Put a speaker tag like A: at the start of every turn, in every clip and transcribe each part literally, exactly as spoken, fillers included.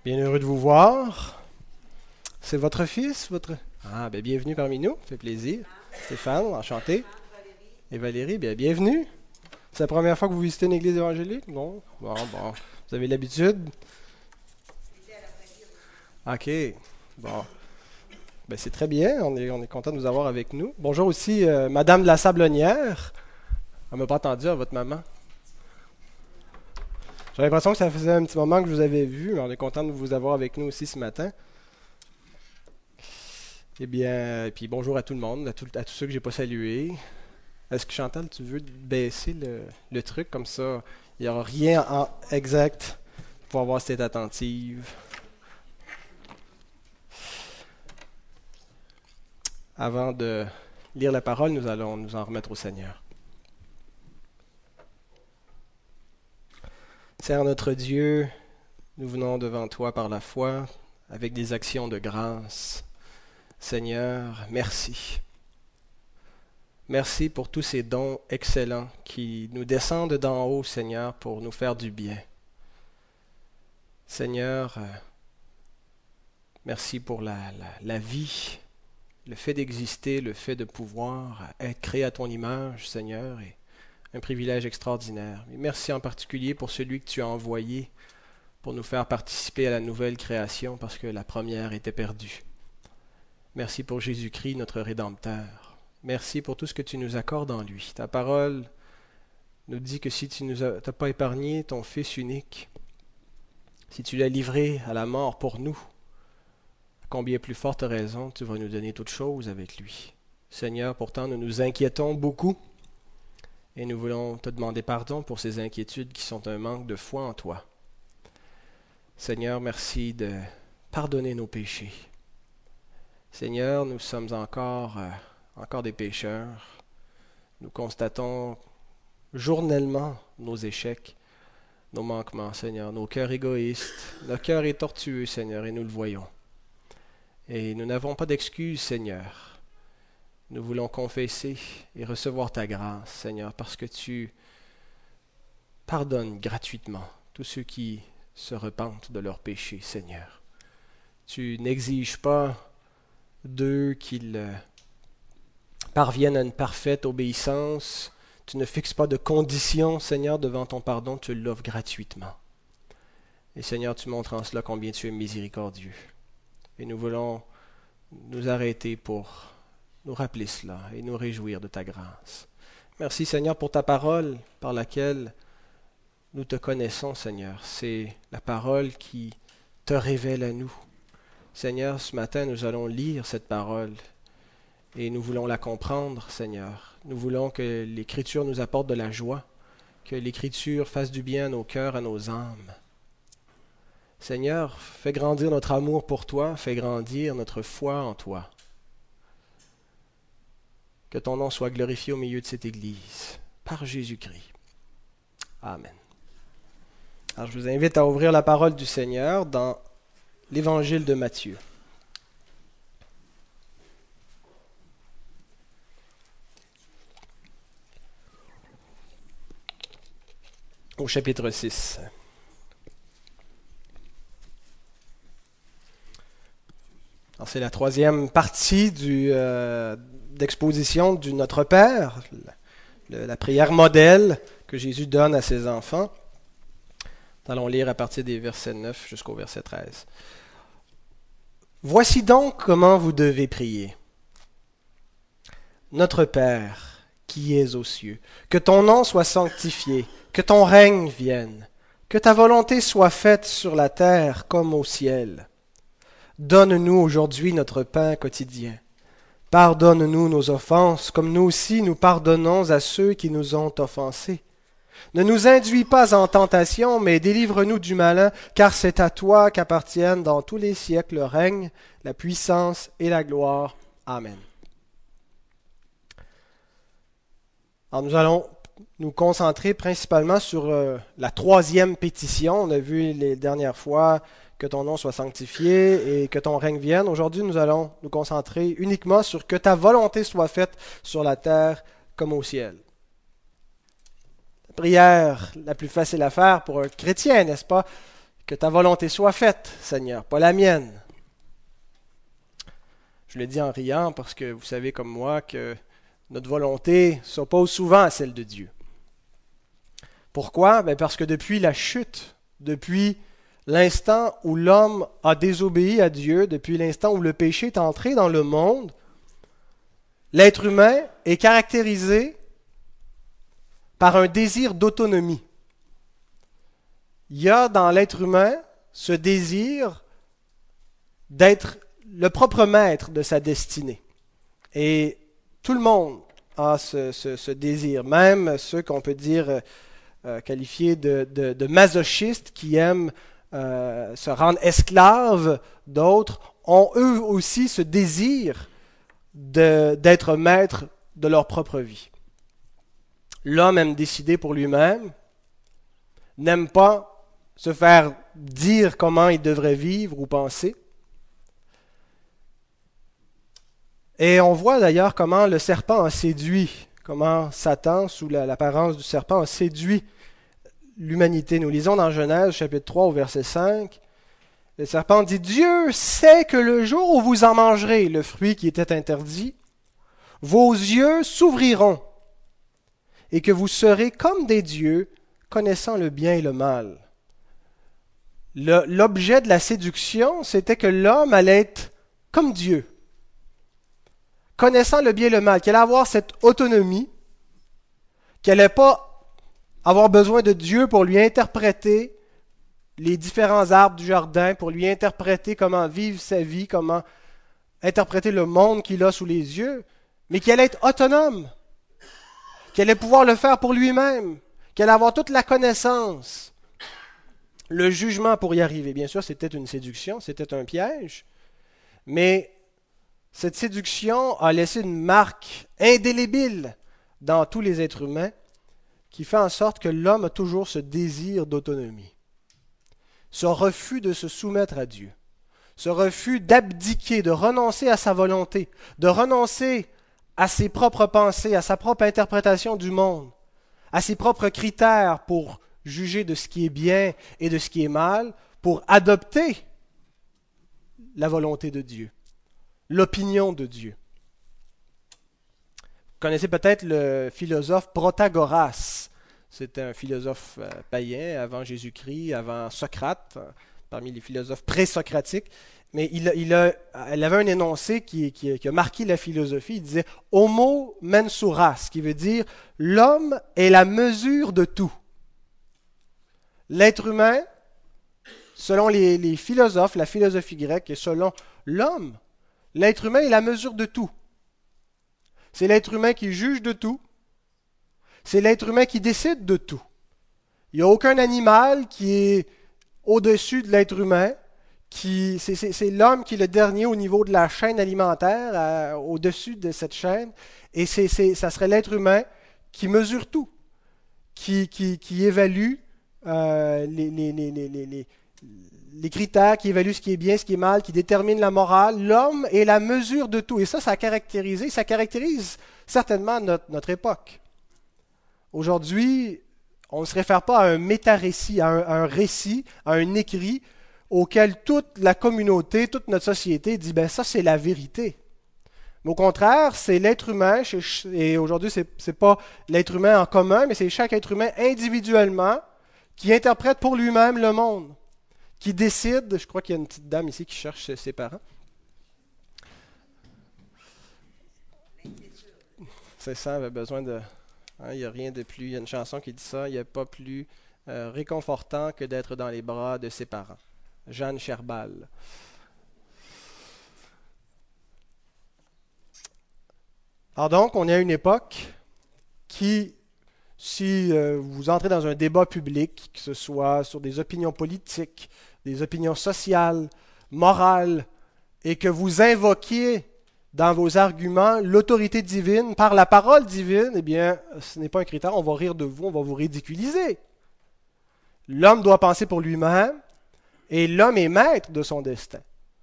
A: Bien heureux de vous voir. C'est votre fils, votre... Ah, ben bienvenue parmi nous, ça fait plaisir. Stéphane, enchanté. Et Valérie, bien bienvenue. C'est la première fois que vous visitez une église évangélique? Non? Bon, bon. Vous avez l'habitude? OK. Bon. Ben c'est très bien, on est, on est content de vous avoir avec nous. Bonjour aussi, euh, Madame de la Sablonnière. Elle m'a pas entendu à votre maman. J'ai l'impression que ça faisait un petit moment que je vous avais vu, mais on est content de vous avoir avec nous aussi ce matin. Eh bien, puis bonjour à tout le monde, à, tout- à tous ceux que j'ai pas salués. Est-ce que Chantal, tu veux baisser le, le truc comme ça? Il n'y aura rien en exact pour avoir cette attentive. Avant de lire la parole, nous allons nous en remettre au Seigneur. Seigneur notre Dieu, nous venons devant toi par la foi avec des actions de grâce. Seigneur, merci. Merci pour tous ces dons excellents qui nous descendent d'en haut, Seigneur, pour nous faire du bien. Seigneur, euh, merci pour la, la, la vie, le fait d'exister, le fait de pouvoir être créé à ton image, Seigneur, est un privilège extraordinaire. Et merci en particulier pour celui que tu as envoyé pour nous faire participer à la nouvelle création parce que la première était perdue. Merci pour Jésus-Christ, notre Rédempteur. Merci pour tout ce que tu nous accordes en lui. Ta parole nous dit que si tu ne nous as t'as pas épargné ton Fils unique, si tu l'as livré à la mort pour nous, à combien plus forte raison tu vas nous donner toutes choses avec lui. Seigneur, pourtant nous nous inquiétons beaucoup et nous voulons te demander pardon pour ces inquiétudes qui sont un manque de foi en toi. Seigneur, merci de pardonner nos péchés. Seigneur, nous sommes encore, euh, encore des pécheurs. Nous constatons journellement nos échecs, nos manquements, Seigneur, nos cœurs égoïstes. Notre cœur est tortueux, Seigneur, et nous le voyons. Et nous n'avons pas d'excuses, Seigneur. Nous voulons confesser et recevoir ta grâce, Seigneur, parce que tu pardonnes gratuitement tous ceux qui se repentent de leurs péchés, Seigneur. Tu n'exiges pas d'eux qu'ils parviennent à une parfaite obéissance. Tu ne fixes pas de conditions, Seigneur, devant ton pardon, tu l'offres gratuitement. Et Seigneur, tu montres en cela combien tu es miséricordieux. Et nous voulons nous arrêter pour nous rappeler cela et nous réjouir de ta grâce. Merci, Seigneur, pour ta parole par laquelle nous te connaissons, Seigneur. C'est la parole qui te révèle à nous. Seigneur, ce matin, nous allons lire cette parole et nous voulons la comprendre, Seigneur. Nous voulons que l'Écriture nous apporte de la joie, que l'Écriture fasse du bien à nos cœurs, à nos âmes. Seigneur, fais grandir notre amour pour toi, fais grandir notre foi en toi. Que ton nom soit glorifié au milieu de cette Église, par Jésus-Christ. Amen. Alors, je vous invite à ouvrir la parole du Seigneur dans l'Évangile de Matthieu. Au chapitre six. Alors, c'est la troisième partie du, euh, d'exposition du Notre Père, la, la prière modèle que Jésus donne à ses enfants. Nous allons lire à partir des versets neuf jusqu'au verset treize. Voici donc comment vous devez prier. Notre Père, qui es aux cieux, que ton nom soit sanctifié, que ton règne vienne, que ta volonté soit faite sur la terre comme au ciel. Donne-nous aujourd'hui notre pain quotidien. Pardonne-nous nos offenses, comme nous aussi nous pardonnons à ceux qui nous ont offensés. Ne nous induis pas en tentation, mais délivre-nous du malin, car c'est à toi qu'appartiennent dans tous les siècles le règne, la puissance et la gloire. Amen. Alors nous allons nous concentrer principalement sur euh, la troisième pétition. On a vu les dernières fois que ton nom soit sanctifié et que ton règne vienne. Aujourd'hui, nous allons nous concentrer uniquement sur que ta volonté soit faite sur la terre comme au ciel. La prière la plus facile à faire pour un chrétien, n'est-ce pas? Que ta volonté soit faite, Seigneur, pas la mienne. Je le dis en riant parce que vous savez comme moi que notre volonté s'oppose souvent à celle de Dieu. Pourquoi? Bien parce que depuis la chute, depuis l'instant où l'homme a désobéi à Dieu, depuis l'instant où le péché est entré dans le monde, l'être humain est caractérisé par un désir d'autonomie. Il y a dans l'être humain ce désir d'être le propre maître de sa destinée. Et tout le monde a ce, ce, ce désir, même ceux qu'on peut dire euh, qualifiés de, de, de masochistes qui aiment euh, se rendre esclaves d'autres, ont eux aussi ce désir de, d'être maître de leur propre vie. L'homme aime décider pour lui-même, n'aime pas se faire dire comment il devrait vivre ou penser. Et on voit d'ailleurs comment le serpent a séduit, comment Satan, sous la, l'apparence du serpent, a séduit l'humanité. Nous lisons dans Genèse chapitre trois au verset cinq, le serpent dit « Dieu sait que le jour où vous en mangerez, le fruit qui était interdit, vos yeux s'ouvriront et que vous serez comme des dieux, connaissant le bien et le mal. » Le, l'objet de la séduction, c'était que l'homme allait être comme Dieu, connaissant le bien et le mal, qu'il allait avoir cette autonomie, qu'il n'allait pas avoir besoin de Dieu pour lui interpréter les différents arbres du jardin, pour lui interpréter comment vivre sa vie, comment interpréter le monde qu'il a sous les yeux, mais qu'il allait être autonome, qu'il allait pouvoir le faire pour lui-même, qu'il allait avoir toute la connaissance. Le jugement pour y arriver, bien sûr, c'était une séduction, c'était un piège, mais cette séduction a laissé une marque indélébile dans tous les êtres humains qui fait en sorte que l'homme a toujours ce désir d'autonomie, ce refus de se soumettre à Dieu, ce refus d'abdiquer, de renoncer à sa volonté, de renoncer à ses propres pensées, à sa propre interprétation du monde, à ses propres critères pour juger de ce qui est bien et de ce qui est mal, pour adopter la volonté de Dieu, l'opinion de Dieu. Vous connaissez peut-être le philosophe Protagoras. C'était un philosophe euh, païen avant Jésus-Christ, avant Socrate, euh, parmi les philosophes pré-socratiques. Mais il, il, a, il avait un énoncé qui, qui, qui a marqué la philosophie. Il disait « Homo mensuras », ce qui veut dire « l'homme est la mesure de tout ». L'être humain, selon les, les philosophes, la philosophie grecque, et selon l'homme, l'être humain est la mesure de tout. C'est l'être humain qui juge de tout. C'est l'être humain qui décide de tout. Il n'y a aucun animal qui est au-dessus de l'être humain. Qui, c'est, c'est, c'est l'homme qui est le dernier au niveau de la chaîne alimentaire, euh, au-dessus de cette chaîne. Et c'est, c'est, ça serait l'être humain qui mesure tout, qui, qui, qui évalue euh, les, les, les, les, les, les critères, qui évalue ce qui est bien, ce qui est mal, qui détermine la morale. L'homme est la mesure de tout. Et ça, ça a caractérisé, ça caractérise certainement notre, notre époque. Aujourd'hui, on ne se réfère pas à un méta-récit, à un, à un récit, à un écrit auquel toute la communauté, toute notre société dit « ben ça, c'est la vérité ». Mais au contraire, c'est l'être humain, et aujourd'hui, ce n'est pas l'être humain en commun, mais c'est chaque être humain individuellement qui interprète pour lui-même le monde, qui décide. Je crois qu'il y a une petite dame ici qui cherche ses parents. C'est ça, avait besoin de... Hein, il n'y a rien de plus... Il y a une chanson qui dit ça, il n'y a pas plus euh, réconfortant que d'être dans les bras de ses parents. Jeanne Cherbal. Alors donc, on est à une époque qui, si euh, vous entrez dans un débat public, que ce soit sur des opinions politiques, des opinions sociales, morales, et que vous invoquiez dans vos arguments l'autorité divine par la parole divine, eh bien, ce n'est pas un critère, on va rire de vous, on va vous ridiculiser. L'homme doit penser pour lui-même, et l'homme est maître de son destin.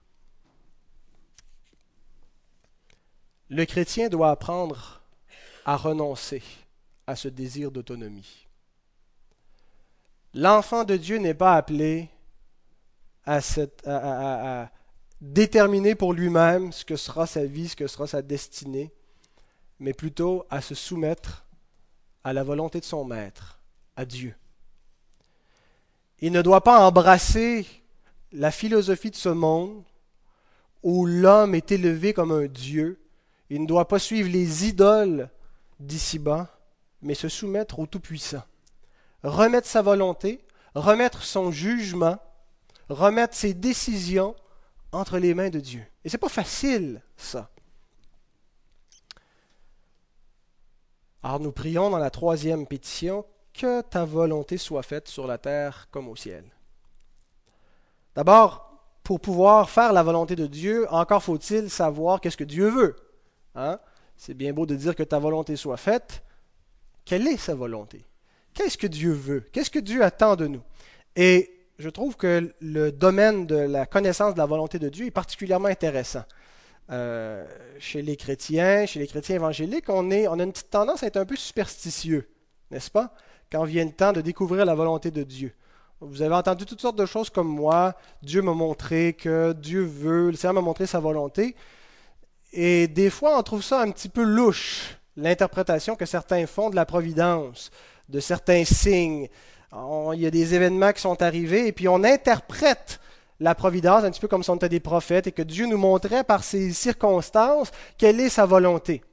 A: Le chrétien doit apprendre à renoncer à ce désir d'autonomie. L'enfant de Dieu n'est pas appelé à, cette, à, à, à déterminer pour lui-même ce que sera sa vie, ce que sera sa destinée, mais plutôt à se soumettre à la volonté de son maître, à Dieu. Il ne doit pas embrasser la philosophie de ce monde où l'homme est élevé comme un dieu. Il ne doit pas suivre les idoles d'ici-bas, mais se soumettre au Tout-Puissant. Remettre sa volonté, remettre son jugement, remettre ses décisions entre les mains de Dieu. Et c'est pas facile, ça. Alors nous prions dans la troisième pétition, que ta volonté soit faite sur la terre comme au ciel. D'abord, pour pouvoir faire la volonté de Dieu, encore faut-il savoir qu'est-ce que Dieu veut. Hein? C'est bien beau de dire que ta volonté soit faite. Quelle est sa volonté? Qu'est-ce que Dieu veut? Qu'est-ce que Dieu attend de nous? Et je trouve que le domaine de la connaissance de la volonté de Dieu est particulièrement intéressant. Euh, chez les chrétiens, chez les chrétiens évangéliques, on, est, on a une petite tendance à être un peu superstitieux, n'est-ce pas? Quand vient le temps de découvrir la volonté de Dieu. Vous avez entendu toutes sortes de choses comme moi. Dieu m'a montré que Dieu veut, le Seigneur m'a montré sa volonté. Et des fois, on trouve ça un petit peu louche, l'interprétation que certains font de la providence, de certains signes. On, il y a des événements qui sont arrivés et puis on interprète la providence un petit peu comme si on était des prophètes et que Dieu nous montrait par ces circonstances quelle est sa volonté.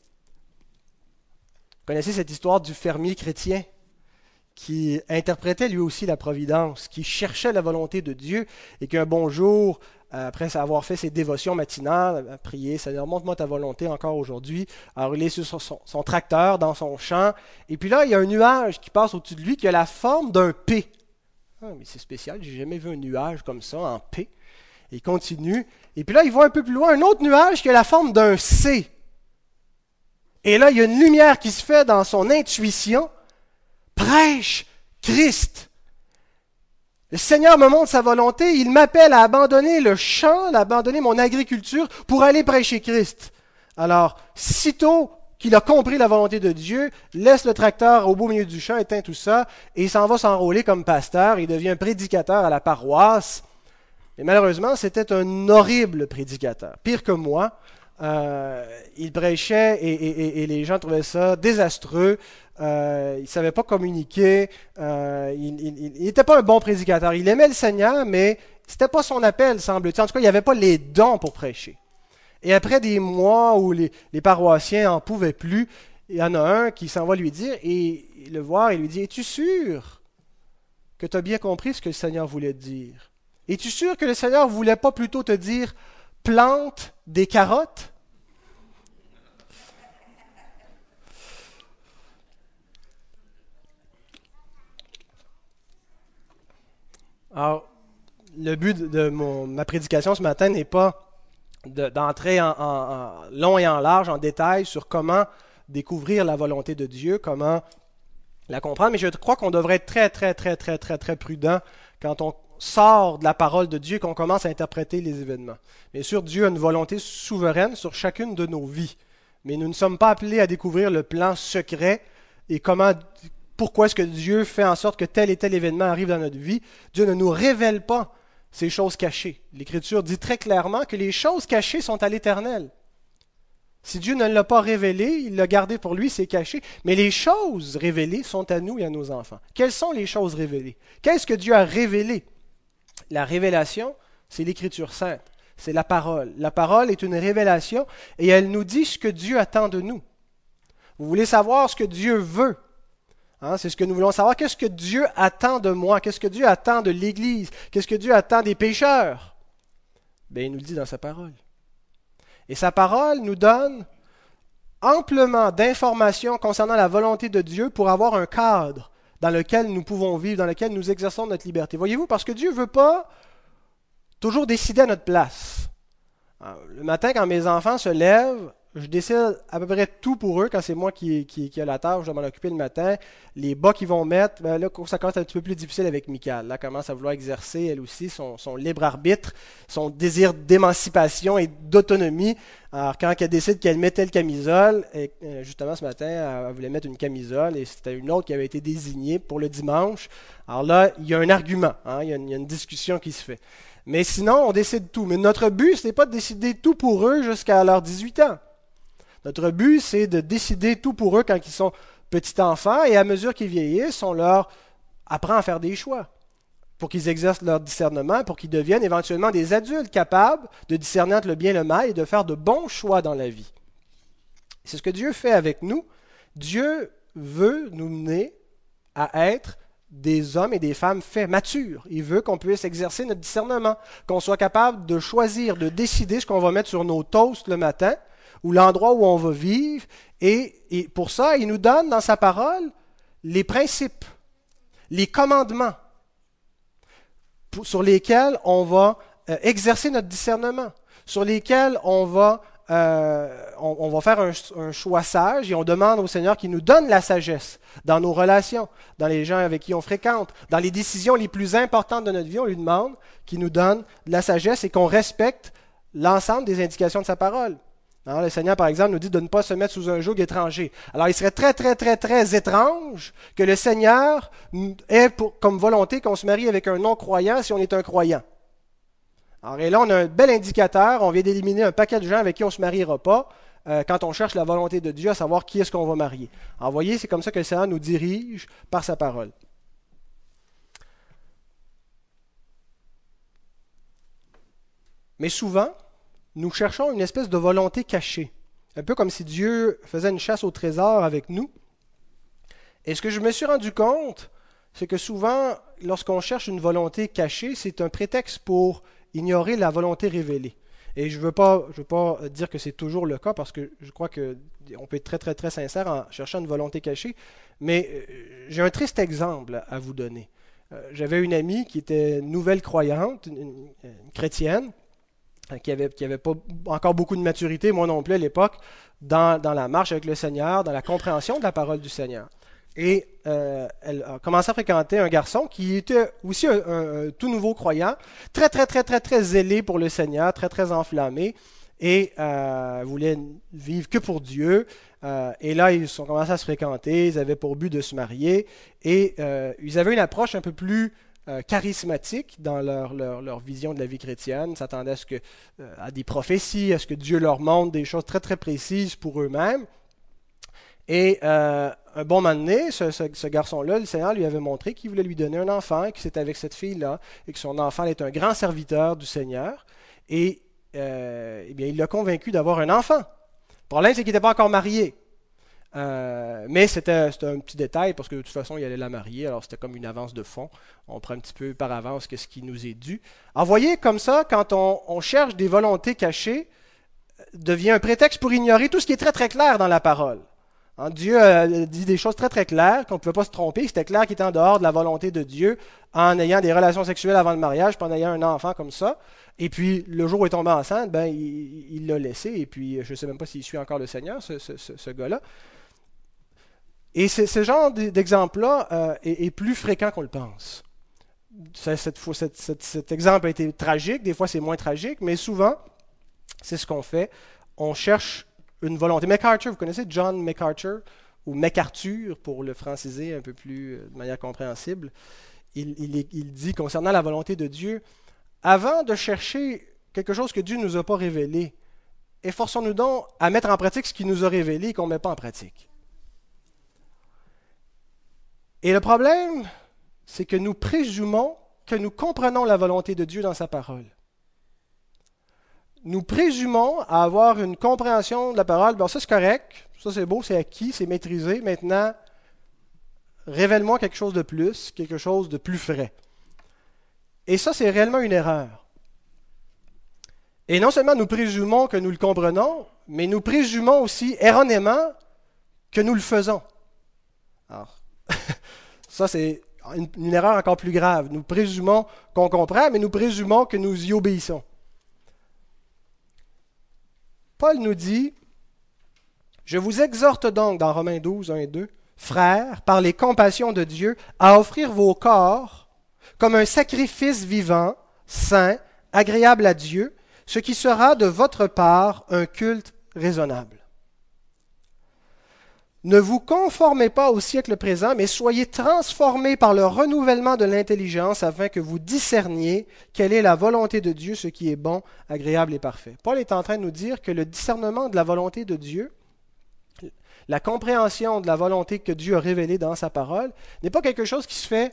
A: Vous connaissez cette histoire du fermier chrétien qui interprétait lui aussi la providence, qui cherchait la volonté de Dieu et qu'un bon jour, après avoir fait ses dévotions matinales, a prié, Seigneur, montre-moi ta volonté encore aujourd'hui. Alors il est sur son, son, son tracteur dans son champ et puis là, il y a un nuage qui passe au-dessus de lui qui a la forme d'un P. Ah, mais c'est spécial, j'ai jamais vu un nuage comme ça en P. Et il continue et puis là, il voit un peu plus loin un autre nuage qui a la forme d'un C. Et là, il y a une lumière qui se fait dans son intuition. Prêche Christ. Le Seigneur me montre sa volonté, il m'appelle à abandonner le champ, à abandonner mon agriculture pour aller prêcher Christ. Alors, sitôt qu'il a compris la volonté de Dieu, laisse le tracteur au beau milieu du champ, éteint tout ça, et il s'en va s'enrôler comme pasteur, il devient prédicateur à la paroisse. Et malheureusement, c'était un horrible prédicateur, pire que moi. Euh, il prêchait et, et, et les gens trouvaient ça désastreux. Euh, il ne savait pas communiquer. Euh, il n'était pas un bon prédicateur. Il aimait le Seigneur, mais ce n'était pas son appel, semble-t-il. En tout cas, il n'avait pas les dons pour prêcher. Et après des mois où les, les paroissiens n'en pouvaient plus, il y en a un qui s'en va lui dire, et le voir, et lui dit, « Es-tu sûr que tu as bien compris ce que le Seigneur voulait te dire? Es-tu sûr que le Seigneur ne voulait pas plutôt te dire, plante des carottes? » Alors, le but de mon, ma prédication ce matin n'est pas de, d'entrer en, en, en long et en large, en détail, sur comment découvrir la volonté de Dieu, comment la comprendre, mais je crois qu'on devrait être très, très, très, très, très, très prudent quand on sort de la parole de Dieu et qu'on commence à interpréter les événements. Bien sûr, Dieu a une volonté souveraine sur chacune de nos vies, mais nous ne sommes pas appelés à découvrir le plan secret et comment... Pourquoi est-ce que Dieu fait en sorte que tel et tel événement arrive dans notre vie? Dieu ne nous révèle pas ces choses cachées. L'Écriture dit très clairement que les choses cachées sont à l'Éternel. Si Dieu ne l'a pas révélé, il l'a gardé pour lui, c'est caché. Mais les choses révélées sont à nous et à nos enfants. Quelles sont les choses révélées? Qu'est-ce que Dieu a révélé? La révélation, c'est l'Écriture sainte. C'est la parole. La parole est une révélation et elle nous dit ce que Dieu attend de nous. Vous voulez savoir ce que Dieu veut? Hein, c'est ce que nous voulons savoir. Qu'est-ce que Dieu attend de moi? Qu'est-ce que Dieu attend de l'Église? Qu'est-ce que Dieu attend des pécheurs? Bien, il nous le dit dans sa parole. Et sa parole nous donne amplement d'informations concernant la volonté de Dieu pour avoir un cadre dans lequel nous pouvons vivre, dans lequel nous exerçons notre liberté. Voyez-vous, parce que Dieu ne veut pas toujours décider à notre place. Le matin, quand mes enfants se lèvent, je décide à peu près tout pour eux quand c'est moi qui, qui, qui ai la tâche de m'en occuper le matin. Les bas qu'ils vont mettre, ben là, ça commence à être un petit peu plus difficile avec Michael. Là, elle commence à vouloir exercer, elle aussi, son, son libre arbitre, son désir d'émancipation et d'autonomie. Alors, quand elle décide qu'elle met telle camisole, et euh, justement ce matin, elle, elle voulait mettre une camisole et c'était une autre qui avait été désignée pour le dimanche. Alors là, il y a un argument, hein, il y a une, il y a une discussion qui se fait. Mais sinon, on décide tout. Mais notre but, ce n'est pas de décider tout pour eux jusqu'à leurs dix-huit ans. Notre but, c'est de décider tout pour eux quand ils sont petits enfants et à mesure qu'ils vieillissent, on leur apprend à faire des choix pour qu'ils exercent leur discernement, pour qu'ils deviennent éventuellement des adultes capables de discerner entre le bien et le mal et de faire de bons choix dans la vie. C'est ce que Dieu fait avec nous. Dieu veut nous mener à être des hommes et des femmes faits, matures. Il veut qu'on puisse exercer notre discernement, qu'on soit capable de choisir, de décider ce qu'on va mettre sur nos toasts le matin, ou l'endroit où on va vivre. Et, et pour ça, il nous donne dans sa parole les principes, les commandements pour, sur lesquels on va euh, exercer notre discernement, sur lesquels on va, euh, on, on va faire un, un choix sage et on demande au Seigneur qu'il nous donne la sagesse dans nos relations, dans les gens avec qui on fréquente, dans les décisions les plus importantes de notre vie. On lui demande qu'il nous donne de la sagesse et qu'on respecte l'ensemble des indications de sa parole. Alors, le Seigneur, par exemple, nous dit de ne pas se mettre sous un joug étranger. Alors, il serait très, très, très, très étrange que le Seigneur ait pour, comme volonté qu'on se marie avec un non-croyant si on est un croyant. Alors, et là, on a un bel indicateur. On vient d'éliminer un paquet de gens avec qui on ne se mariera pas euh, quand on cherche la volonté de Dieu à savoir qui est-ce qu'on va marier. Alors, vous voyez, c'est comme ça que le Seigneur nous dirige par sa parole. Mais souvent, nous cherchons une espèce de volonté cachée, un peu comme si Dieu faisait une chasse au trésor avec nous. Et ce que je me suis rendu compte, c'est que souvent, lorsqu'on cherche une volonté cachée, c'est un prétexte pour ignorer la volonté révélée. Et je ne veux pas, je veux pas dire que c'est toujours le cas, parce que je crois qu'on peut être très, très, très sincère en cherchant une volonté cachée, mais j'ai un triste exemple à vous donner. J'avais une amie qui était nouvelle croyante, une, une chrétienne, qui avait, qui avait pas encore beaucoup de maturité, moi non plus à l'époque, dans, dans la marche avec le Seigneur, dans la compréhension de la parole du Seigneur. Et euh, elle a commencé à fréquenter un garçon qui était aussi un, un, un tout nouveau croyant, très, très, très, très, très zélé pour le Seigneur, très, très enflammé, et euh, voulait vivre que pour Dieu. Euh, et là, ils ont commencé à se fréquenter, ils avaient pour but de se marier, et euh, ils avaient une approche un peu plus Euh, charismatiques dans leur, leur, leur vision de la vie chrétienne, s'attendaient à, ce que, euh, à des prophéties, à ce que Dieu leur montre des choses très très précises pour eux-mêmes. Et euh, un bon moment donné, ce, ce, ce garçon-là, le Seigneur lui avait montré qu'il voulait lui donner un enfant, et que c'était avec cette fille-là, et que son enfant est un grand serviteur du Seigneur. Et euh, eh bien, il l'a convaincu d'avoir un enfant. Le problème, c'est qu'il n'était pas encore marié. Euh, mais c'était, c'était un petit détail parce que de toute façon il allait la marier, alors c'était comme une avance de fonds, on prend un petit peu par avance ce qui nous est dû. Alors voyez, comme ça, quand on, on cherche des volontés cachées, devient un prétexte pour ignorer tout ce qui est très très clair dans la parole. Hein, Dieu a dit des choses très très claires, qu'on ne pouvait pas se tromper, c'était clair qu'il était en dehors de la volonté de Dieu en ayant des relations sexuelles avant le mariage, puis en ayant un enfant comme ça. Et puis, le jour où il est tombé enceinte, ben, il, il l'a laissé, et puis je ne sais même pas s'il suit encore le Seigneur, ce, ce, ce, ce gars-là. Et ce, ce genre d'exemple-là euh, est, est plus fréquent qu'on le pense. Cette, cette, cette, cet, cet exemple a été tragique, des fois c'est moins tragique, mais souvent, c'est ce qu'on fait. On cherche une volonté. MacArthur, vous connaissez John MacArthur, ou MacArthur pour le franciser un peu plus de manière compréhensible. Il, il, il dit concernant la volonté de Dieu, avant de chercher quelque chose que Dieu ne nous a pas révélé, efforçons-nous donc à mettre en pratique ce qu'il nous a révélé et qu'on ne met pas en pratique. Et le problème, c'est que nous présumons que nous comprenons la volonté de Dieu dans sa parole. Nous présumons à avoir une compréhension de la parole. Bon, ça c'est correct, ça c'est beau, c'est acquis, c'est maîtrisé. Maintenant, révèle-moi quelque chose de plus, quelque chose de plus frais. Et ça, c'est réellement une erreur. Et non seulement nous présumons que nous le comprenons, mais nous présumons aussi erronément que nous le faisons. Alors, ça, c'est une, une erreur encore plus grave. Nous présumons qu'on comprend, mais nous présumons que nous y obéissons. Paul nous dit, « Je vous exhorte donc, dans Romains douze, un et deux, frères, par les compassions de Dieu, à offrir vos corps comme un sacrifice vivant, saint, agréable à Dieu,
B: ce qui sera de votre part un culte raisonnable. Ne vous conformez pas au siècle présent, mais soyez transformés par le renouvellement de l'intelligence afin que vous discerniez quelle est la volonté de Dieu, ce qui est bon, agréable et parfait. Paul est en train de nous dire que le discernement de la volonté de Dieu, la compréhension de la volonté que Dieu a révélée dans sa parole, n'est pas quelque chose qui se fait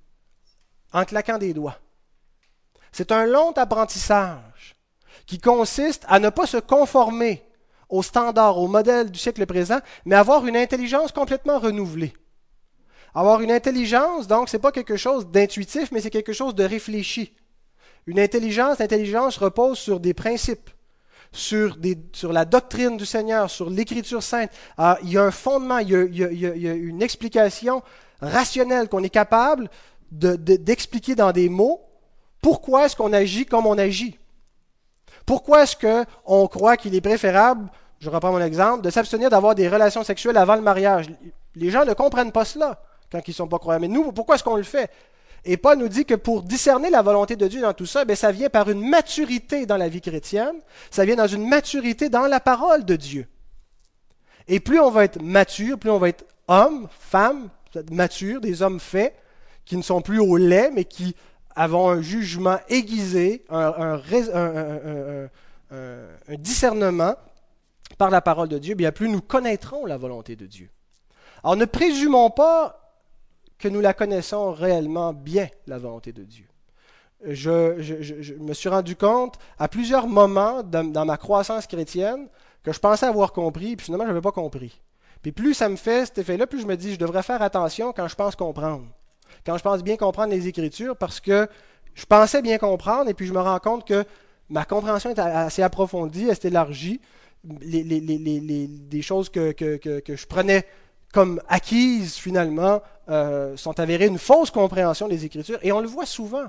B: en claquant des doigts. C'est un long apprentissage qui consiste à ne pas se conformer au standard, au modèle du siècle présent, mais avoir une intelligence complètement renouvelée. Avoir une intelligence, donc, ce n'est pas quelque chose d'intuitif, mais c'est quelque chose de réfléchi. Une intelligence, l'intelligence repose sur des principes, sur, des, sur la doctrine du Seigneur, sur l'Écriture sainte. Ah, il y a un fondement, il y a, il y a, il y a, il y a une explication rationnelle qu'on est capable de, de, d'expliquer dans des mots pourquoi est-ce qu'on agit comme on agit. Pourquoi est-ce qu'on croit qu'il est préférable, je reprends mon exemple, de s'abstenir d'avoir des relations sexuelles avant le mariage? Les gens ne comprennent pas cela quand ils ne sont pas croyants. Mais nous, pourquoi est-ce qu'on le fait? Et Paul nous dit que pour discerner la volonté de Dieu dans tout ça, bien, ça vient par une maturité dans la vie chrétienne, ça vient dans une maturité dans la parole de Dieu. Et plus on va être mature, plus on va être homme, femme, mature, des hommes faits, qui ne sont plus au lait, mais qui avons un jugement aiguisé, un, un, un, un, un discernement par la parole de Dieu, bien plus nous connaîtrons la volonté de Dieu. Alors ne présumons pas que nous la connaissons réellement bien, la volonté de Dieu. Je, je, je, je me suis rendu compte à plusieurs moments dans, dans ma croissance chrétienne que je pensais avoir compris, puis finalement je n'avais pas compris. Puis plus ça me fait cet effet-là, plus je me dis je devrais faire attention quand je pense comprendre. Quand je pense bien comprendre les Écritures, parce que je pensais bien comprendre, et puis je me rends compte que ma compréhension est assez approfondie, elle s'est élargie. Les, les, les, les, les, des choses que, que, que, que je prenais comme acquises, finalement, euh, sont avérées une fausse compréhension des Écritures, et on le voit souvent.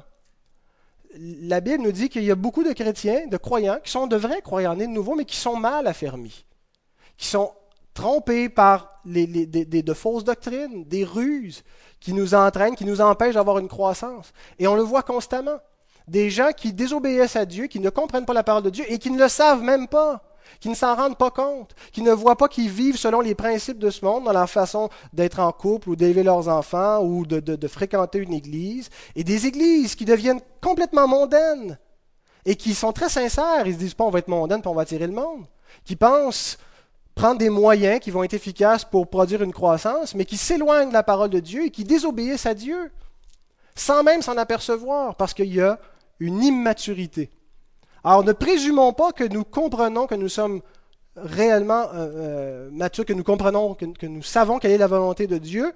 B: La Bible nous dit qu'il y a beaucoup de chrétiens, de croyants, qui sont de vrais croyants nés de nouveau, mais qui sont mal affermis, qui sont trompés par les, les, des, des, de fausses doctrines, des ruses, qui nous entraînent, qui nous empêchent d'avoir une croissance. Et on le voit constamment. Des gens qui désobéissent à Dieu, qui ne comprennent pas la parole de Dieu et qui ne le savent même pas, qui ne s'en rendent pas compte, qui ne voient pas qu'ils vivent selon les principes de ce monde dans leur façon d'être en couple ou d'élever leurs enfants ou de, de, de fréquenter une église. Et des églises qui deviennent complètement mondaines et qui sont très sincères. Ils ne se disent pas on va être mondaine puis on va attirer le monde. Qui pensent prendre des moyens qui vont être efficaces pour produire une croissance, mais qui s'éloignent de la parole de Dieu et qui désobéissent à Dieu, sans même s'en apercevoir, parce qu'il y a une immaturité. Alors ne présumons pas que nous comprenons, que nous sommes réellement euh, euh, matures, que nous comprenons, que, que nous savons quelle est la volonté de Dieu.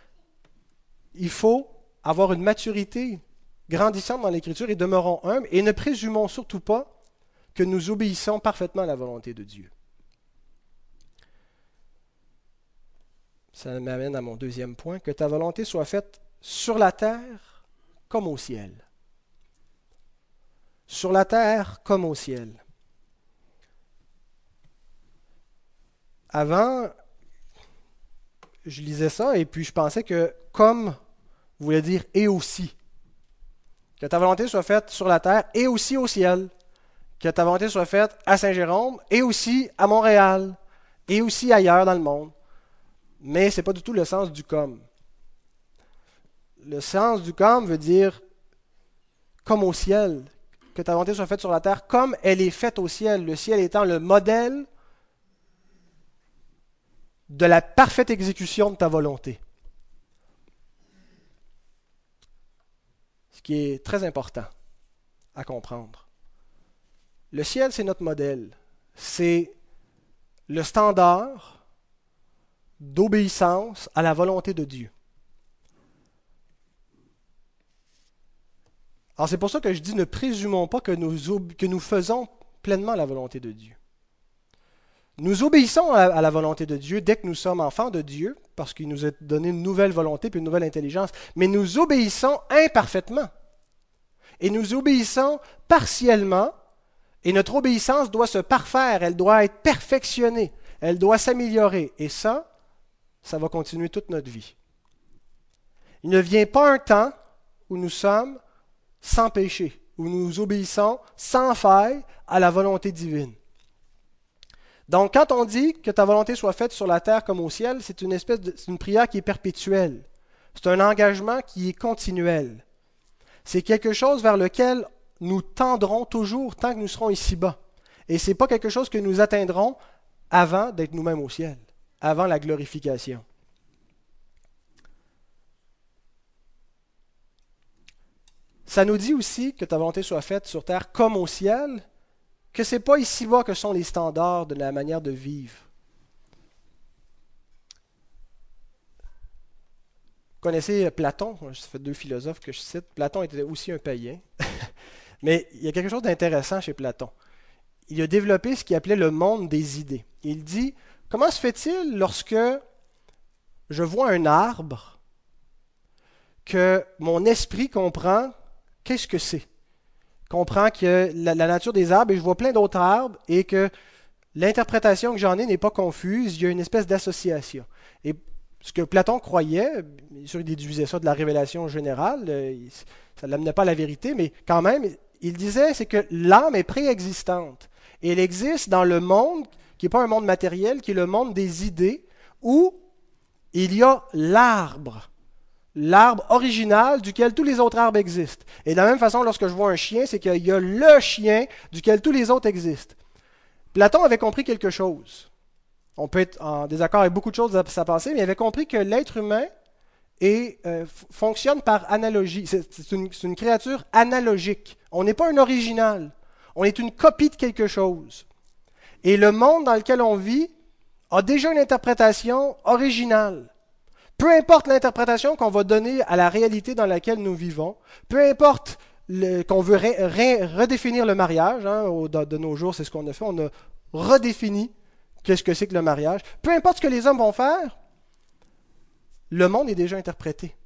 B: Il faut avoir une maturité grandissante dans l'Écriture et demeurons humbles, et ne présumons surtout pas que nous obéissons parfaitement à la volonté de Dieu. Ça m'amène à mon deuxième point, que ta volonté soit faite sur la terre comme au ciel. Sur la terre comme au ciel. Avant, je lisais ça et puis je pensais que comme voulait dire et aussi. Que ta volonté soit faite sur la terre et aussi au ciel. Que ta volonté soit faite à Saint-Jérôme et aussi à Montréal et aussi ailleurs dans le monde. Mais ce n'est pas du tout le sens du comme. Le sens du comme veut dire comme au ciel, que ta volonté soit faite sur la terre comme elle est faite au ciel, le ciel étant le modèle de la parfaite exécution de ta volonté. Ce qui est très important à comprendre. Le ciel, c'est notre modèle. C'est le standard d'obéissance à la volonté de Dieu. Alors c'est pour ça que je dis ne présumons pas que nous, ob- que nous faisons pleinement la volonté de Dieu. Nous obéissons à, à la volonté de Dieu dès que nous sommes enfants de Dieu, parce qu'il nous a donné une nouvelle volonté puis une nouvelle intelligence, mais nous obéissons imparfaitement. Et nous obéissons partiellement, et notre obéissance doit se parfaire, elle doit être perfectionnée, elle doit s'améliorer. Et ça, ça va continuer toute notre vie. Il ne vient pas un temps où nous sommes sans péché. où nous obéissons sans faille à la volonté divine. Donc, quand on dit que ta volonté soit faite sur la terre comme au ciel, c'est une espèce de, c'est une prière qui est perpétuelle. C'est un engagement qui est continuel. C'est quelque chose vers lequel nous tendrons toujours tant que nous serons ici-bas. Et ce n'est pas quelque chose que nous atteindrons avant d'être nous-mêmes au ciel, avant la glorification. Ça nous dit aussi que ta volonté soit faite sur terre comme au ciel, que ce n'est pas ici-bas que sont les standards de la manière de vivre. Vous connaissez Platon, ça fait deux philosophes que je cite. Platon était aussi un païen. Mais il y a quelque chose d'intéressant chez Platon. Il a développé ce qu'il appelait le monde des idées. Il dit, comment se fait-il lorsque je vois un arbre que mon esprit comprend qu'est-ce que c'est? Comprend que la, la nature des arbres, et je vois plein d'autres arbres, et que l'interprétation que j'en ai n'est pas confuse, il y a une espèce d'association. Et ce que Platon croyait, bien sûr il déduisait ça de la révélation générale, ça ne l'amenait pas à la vérité, mais quand même, il disait c'est que l'âme est préexistante. Et elle existe dans le monde, qui n'est pas un monde matériel, qui est le monde des idées, où il y a l'arbre. L'arbre original duquel tous les autres arbres existent. Et de la même façon, lorsque je vois un chien, c'est qu'il y a le chien duquel tous les autres existent. Platon avait compris quelque chose. On peut être en désaccord avec beaucoup de choses de sa pensée, mais il avait compris que l'être humain est, euh, fonctionne par analogie. C'est, c'est, une, c'est une créature analogique. On n'est pas un original. On est une copie de quelque chose. Et le monde dans lequel on vit a déjà une interprétation originale. Peu importe l'interprétation qu'on va donner à la réalité dans laquelle nous vivons, peu importe le, qu'on veut ré, ré, redéfinir le mariage, hein, au, de, de nos jours, c'est ce qu'on a fait, on a redéfini qu'est-ce que c'est que le mariage. Peu importe ce que les hommes vont faire, le monde est déjà interprété.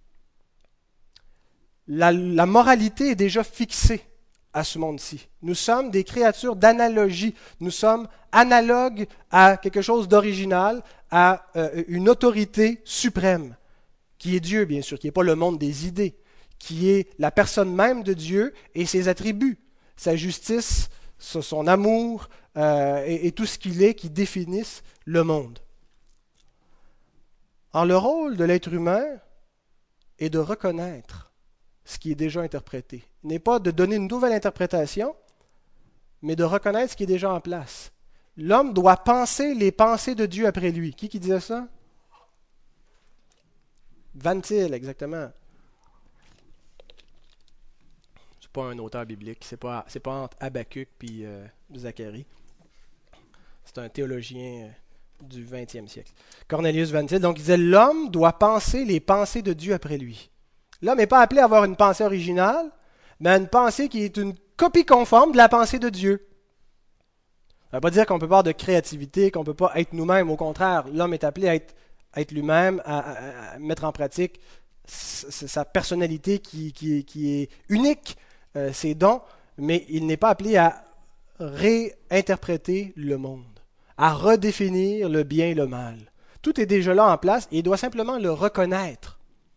B: La, la moralité est déjà fixée à ce monde-ci. Nous sommes des créatures d'analogie. Nous sommes analogues à quelque chose d'original, à euh, une autorité suprême, qui est Dieu, bien sûr, qui n'est pas le monde des idées, qui est la personne même de Dieu et ses attributs, sa justice, son amour euh, et, et tout ce qu'il est qui définissent le monde. Alors, le rôle de l'être humain est de reconnaître ce qui est déjà interprété. Il n'est pas de donner une nouvelle interprétation, mais de reconnaître ce qui est déjà en place. L'homme doit penser les pensées de Dieu après lui. Qui qui disait ça? Van Til, exactement. C'est pas un auteur biblique, c'est pas, c'est pas entre Habakkuk puis euh, Zacharie. C'est un théologien du vingtième siècle. Cornelius Van Til, donc il disait, l'homme doit penser les pensées de Dieu après lui. L'homme n'est pas appelé à avoir une pensée originale, mais à une pensée qui est une copie conforme de la pensée de Dieu. Ça ne veut pas dire qu'on peut pas avoir de créativité, qu'on ne peut pas être nous-mêmes. Au contraire, l'homme est appelé à être, à être lui-même, à, à, à mettre en pratique sa personnalité qui, qui, qui est unique, euh, ses dons, mais il n'est pas appelé à réinterpréter le monde, à redéfinir le bien et le mal. Tout est déjà là en place et il doit simplement le reconnaître.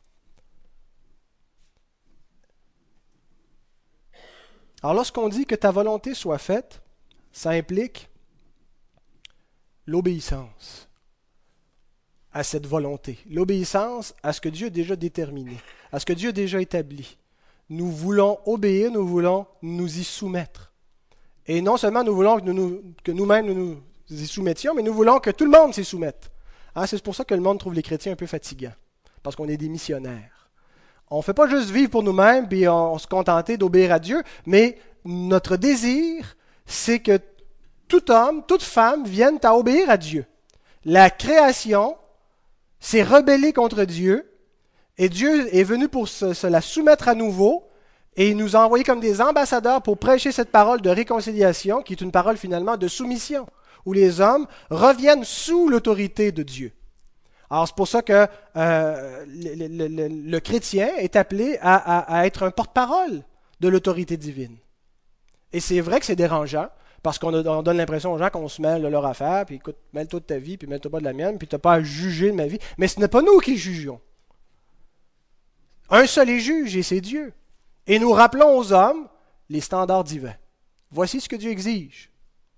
B: Alors lorsqu'on dit que ta volonté soit faite, ça implique l'obéissance à cette volonté, l'obéissance à ce que Dieu a déjà déterminé, à ce que Dieu a déjà établi. Nous voulons obéir, nous voulons nous y soumettre. Et non seulement nous voulons que, nous, nous, que nous-mêmes nous nous y soumettions, mais nous voulons que tout le monde s'y soumette. Hein, c'est pour ça que le monde trouve les chrétiens un peu fatigants, parce qu'on est des missionnaires. On ne fait pas juste vivre pour nous-mêmes et on, on se contenter d'obéir à Dieu, mais notre désir, c'est que tout homme, toute femme vienne à obéir à Dieu. La création s'est rebellée contre Dieu et Dieu est venu pour se, se la soumettre à nouveau et il nous a envoyés comme des ambassadeurs pour prêcher cette parole de réconciliation qui est une parole finalement de soumission où les hommes reviennent sous l'autorité de Dieu. Alors, c'est pour ça que euh, le, le, le, le chrétien est appelé à, à, à être un porte-parole de l'autorité divine. Et c'est vrai que c'est dérangeant, parce qu'on a, on donne l'impression aux gens qu'on se mêle de leur affaire, puis écoute, mêle-toi de ta vie, puis mêle-toi pas de la mienne, puis tu n'as pas à juger de ma vie. Mais ce n'est pas nous qui jugeons. Un seul est juge, et c'est Dieu. Et nous rappelons aux hommes les standards divins. Voici ce que Dieu exige.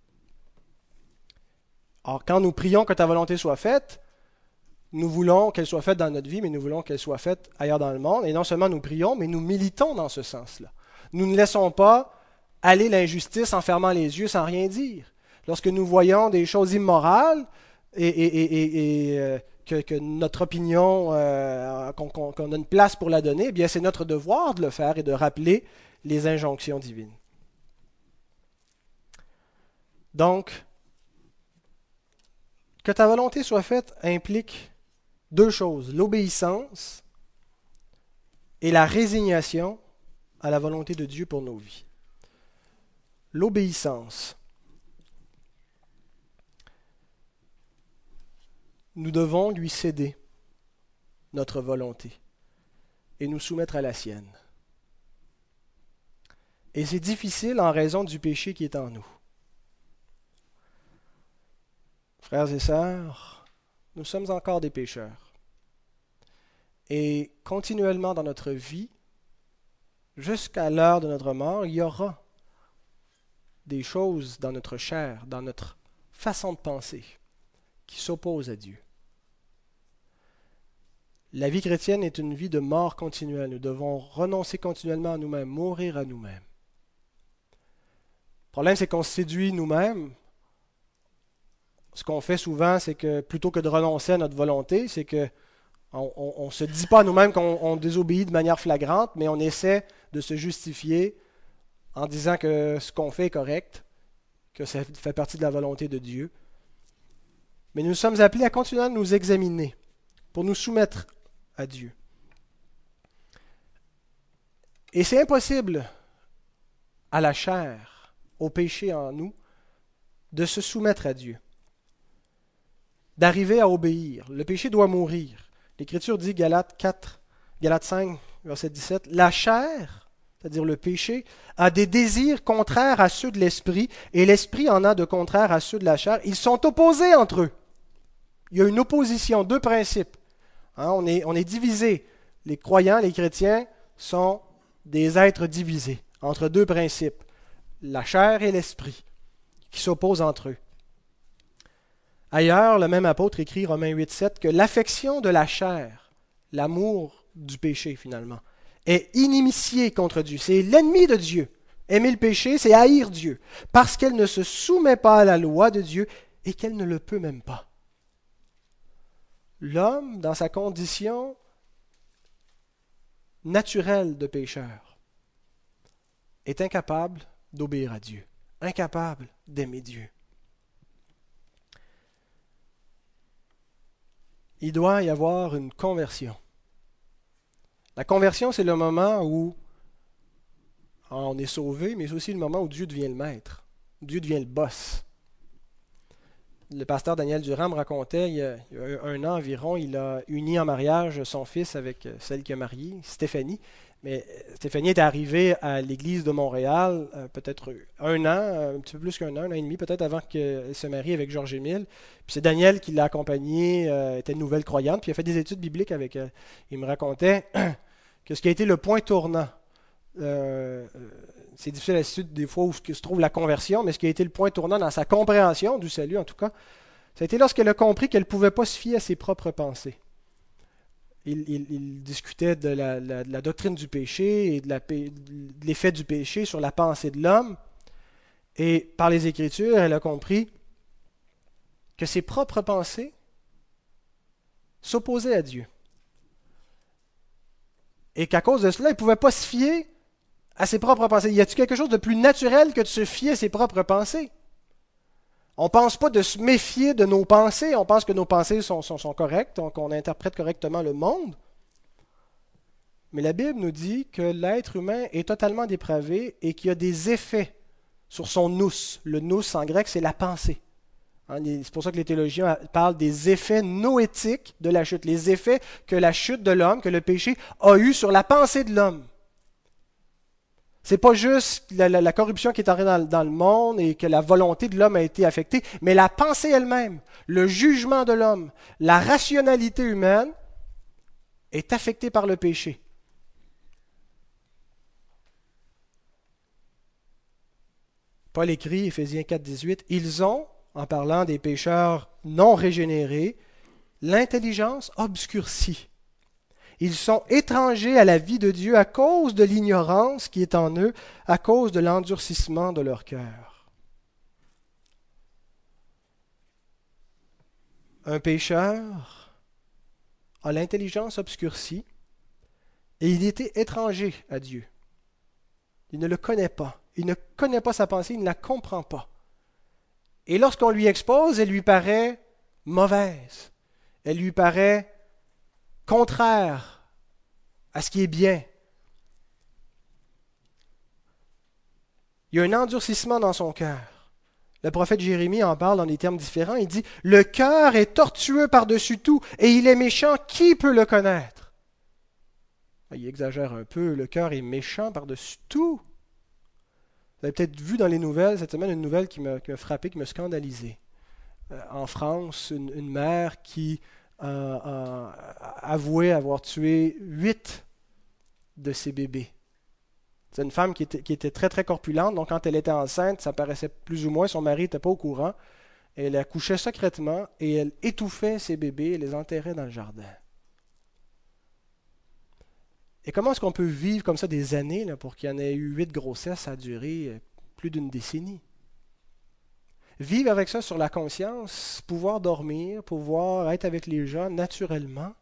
B: Or, quand nous prions que ta volonté soit faite, nous voulons qu'elle soit faite dans notre vie, mais nous voulons qu'elle soit faite ailleurs dans le monde. Et non seulement nous prions, mais nous militons dans ce sens-là. Nous ne laissons pas aller l'injustice en fermant les yeux sans rien dire. Lorsque nous voyons des choses immorales et, et, et, et, et euh, que, que notre opinion, euh, qu'on, qu'on, qu'on a une place pour la donner, eh bien c'est notre devoir de le faire et de rappeler les injonctions divines. Donc, que ta volonté soit faite implique deux choses, l'obéissance et la résignation à la volonté de Dieu pour nos vies. L'obéissance. Nous devons lui céder notre volonté et nous soumettre à la sienne. Et c'est difficile en raison du péché qui est en nous. Frères et sœurs, nous sommes encore des pécheurs. Et continuellement dans notre vie, jusqu'à l'heure de notre mort, il y aura des choses dans notre chair, dans notre façon de penser, qui s'opposent à Dieu. La vie chrétienne est une vie de mort continuelle. Nous devons renoncer continuellement à nous-mêmes, mourir à nous-mêmes. Le problème, c'est qu'on se séduit nous-mêmes. Ce qu'on fait souvent, c'est que plutôt que de renoncer à notre volonté, c'est que on ne se dit pas à nous-mêmes qu'on on désobéit de manière flagrante, mais on essaie de se justifier en disant que ce qu'on fait est correct, que ça fait partie de la volonté de Dieu. Mais nous sommes appelés à continuer à nous examiner pour nous soumettre à Dieu. Et c'est impossible à la chair, au péché en nous, de se soumettre à Dieu, d'arriver à obéir. Le péché doit mourir. L'Écriture dit, Galates quatre, Galates cinq, verset dix-sept, « La chair, c'est-à-dire le péché, a des désirs contraires à ceux de l'esprit, et l'esprit en a de contraires à ceux de la chair. Ils sont opposés entre eux. » Il y a une opposition, deux principes. Hein, on est, on est divisés. Les croyants, les chrétiens, sont des êtres divisés entre deux principes, la chair et l'esprit, qui s'opposent entre eux. Ailleurs, le même apôtre écrit, Romains huit, sept, que l'affection de la chair, l'amour du péché finalement, est inimitié contre Dieu. C'est l'ennemi de Dieu. Aimer le péché, c'est haïr Dieu, parce qu'elle ne se soumet pas à la loi de Dieu et qu'elle ne le peut même pas. L'homme, dans sa condition naturelle de pécheur, est incapable d'obéir à Dieu, incapable d'aimer Dieu. Il doit y avoir une conversion. La conversion, c'est le moment où on est sauvé, mais c'est aussi le moment où Dieu devient le maître. Dieu devient le boss. Le pasteur Daniel Durand me racontait, il y a, il y a un an environ, il a uni en mariage son fils avec celle qu'il a mariée, Stéphanie. Mais Stéphanie est arrivée à l'église de Montréal euh, peut-être un an, un petit peu plus qu'un an, un an et demi, peut-être avant qu'elle se marie avec Georges-Émile. Puis c'est Daniel qui l'a accompagnée, euh, était une nouvelle croyante, puis il a fait des études bibliques avec elle. Il me racontait que ce qui a été le point tournant, euh, c'est difficile à citer des fois où se trouve la conversion, mais ce qui a été le point tournant dans sa compréhension du salut en tout cas, ça a été lorsqu'elle a compris qu'elle ne pouvait pas se fier à ses propres pensées. Il, il, il discutait de la, la, de la doctrine du péché et de, la, de l'effet du péché sur la pensée de l'homme. Et par les Écritures, elle a compris que ses propres pensées s'opposaient à Dieu. Et qu'à cause de cela, elle ne pouvait pas se fier à ses propres pensées. Y a-t-il quelque chose de plus naturel que de se fier à ses propres pensées? On ne pense pas de se méfier de nos pensées, on pense que nos pensées sont, sont, sont correctes, qu'on interprète correctement le monde. Mais la Bible nous dit que l'être humain est totalement dépravé et qu'il y a des effets sur son nous. Le nous en grec, c'est la pensée. Hein, c'est pour ça que les théologiens parlent des effets noétiques de la chute, les effets que la chute de l'homme, que le péché a eu sur la pensée de l'homme. C'est pas juste la, la, la corruption qui est entrée dans, dans le monde et que la volonté de l'homme a été affectée, mais la pensée elle-même, le jugement de l'homme, la rationalité humaine est affectée par le péché. Paul écrit, Éphésiens quatre, dix-huit, « Ils ont, en parlant des pécheurs non régénérés, l'intelligence obscurcie. Ils sont étrangers à la vie de Dieu à cause de l'ignorance qui est en eux, à cause de l'endurcissement de leur cœur. » Un pécheur a l'intelligence obscurcie et il était étranger à Dieu. Il ne le connaît pas. Il ne connaît pas sa pensée, il ne la comprend pas. Et lorsqu'on lui expose, elle lui paraît mauvaise. Elle lui paraît contraire à ce qui est bien. Il y a un endurcissement dans son cœur. Le prophète Jérémie en parle dans des termes différents. Il dit « Le cœur est tortueux par-dessus tout, et il est méchant, qui peut le connaître ?» Il exagère un peu, le cœur est méchant par-dessus tout. Vous avez peut-être vu dans les nouvelles, cette semaine, une nouvelle qui m'a, qui m'a frappé, qui m'a scandalisé. Euh, en France, une, une mère qui euh, a avoué avoir tué huit de ses bébés. C'est une femme qui était, qui était très, très corpulente, donc quand elle était enceinte, ça paraissait plus ou moins, son mari n'était pas au courant. Elle accouchait secrètement et elle étouffait ses bébés et les enterrait dans le jardin. Et comment est-ce qu'on peut vivre comme ça des années là, pour qu'il y en ait eu huit grossesses, ça a duré plus d'une décennie? Vivre avec ça sur la conscience, pouvoir dormir, pouvoir être avec les gens naturellement.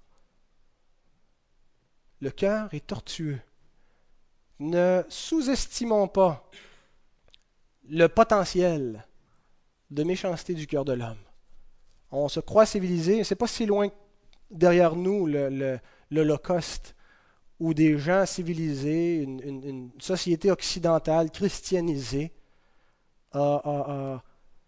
B: Le cœur est tortueux. Ne sous-estimons pas le potentiel de méchanceté du cœur de l'homme. On se croit civilisé, c'est pas si loin derrière nous le, le, l'Holocauste, où des gens civilisés, une, une, une société occidentale christianisée, a, a, a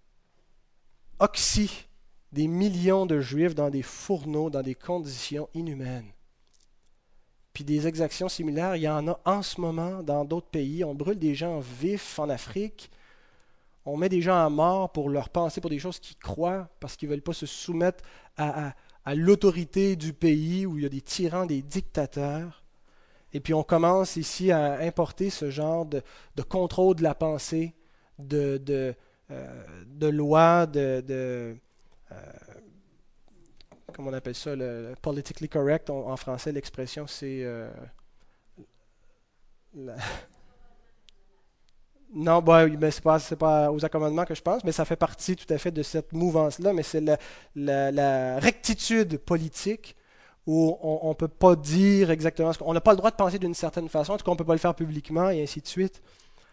B: oxy des millions de Juifs dans des fourneaux, dans des conditions inhumaines. Puis des exactions similaires, il y en a en ce moment dans d'autres pays. On brûle des gens vifs en Afrique. On met des gens à mort pour leur penser, pour des choses qu'ils croient, parce qu'ils ne veulent pas se soumettre à, à, à l'autorité du pays où il y a des tyrans, des dictateurs. Et puis on commence ici à importer ce genre de, de contrôle de la pensée, de, de, euh, de lois, de... de euh, comment on appelle ça, le, le politically correct, en, en français, l'expression, c'est... Euh, la... Non, bah, ben, c'est pas, c'est pas aux accommodements que je pense, mais ça fait partie tout à fait de cette mouvance-là, mais c'est la, la, la rectitude politique où on ne peut pas dire exactement ce qu'on... On n'a pas le droit de penser d'une certaine façon, en tout cas, on ne peut pas le faire publiquement, et ainsi de suite.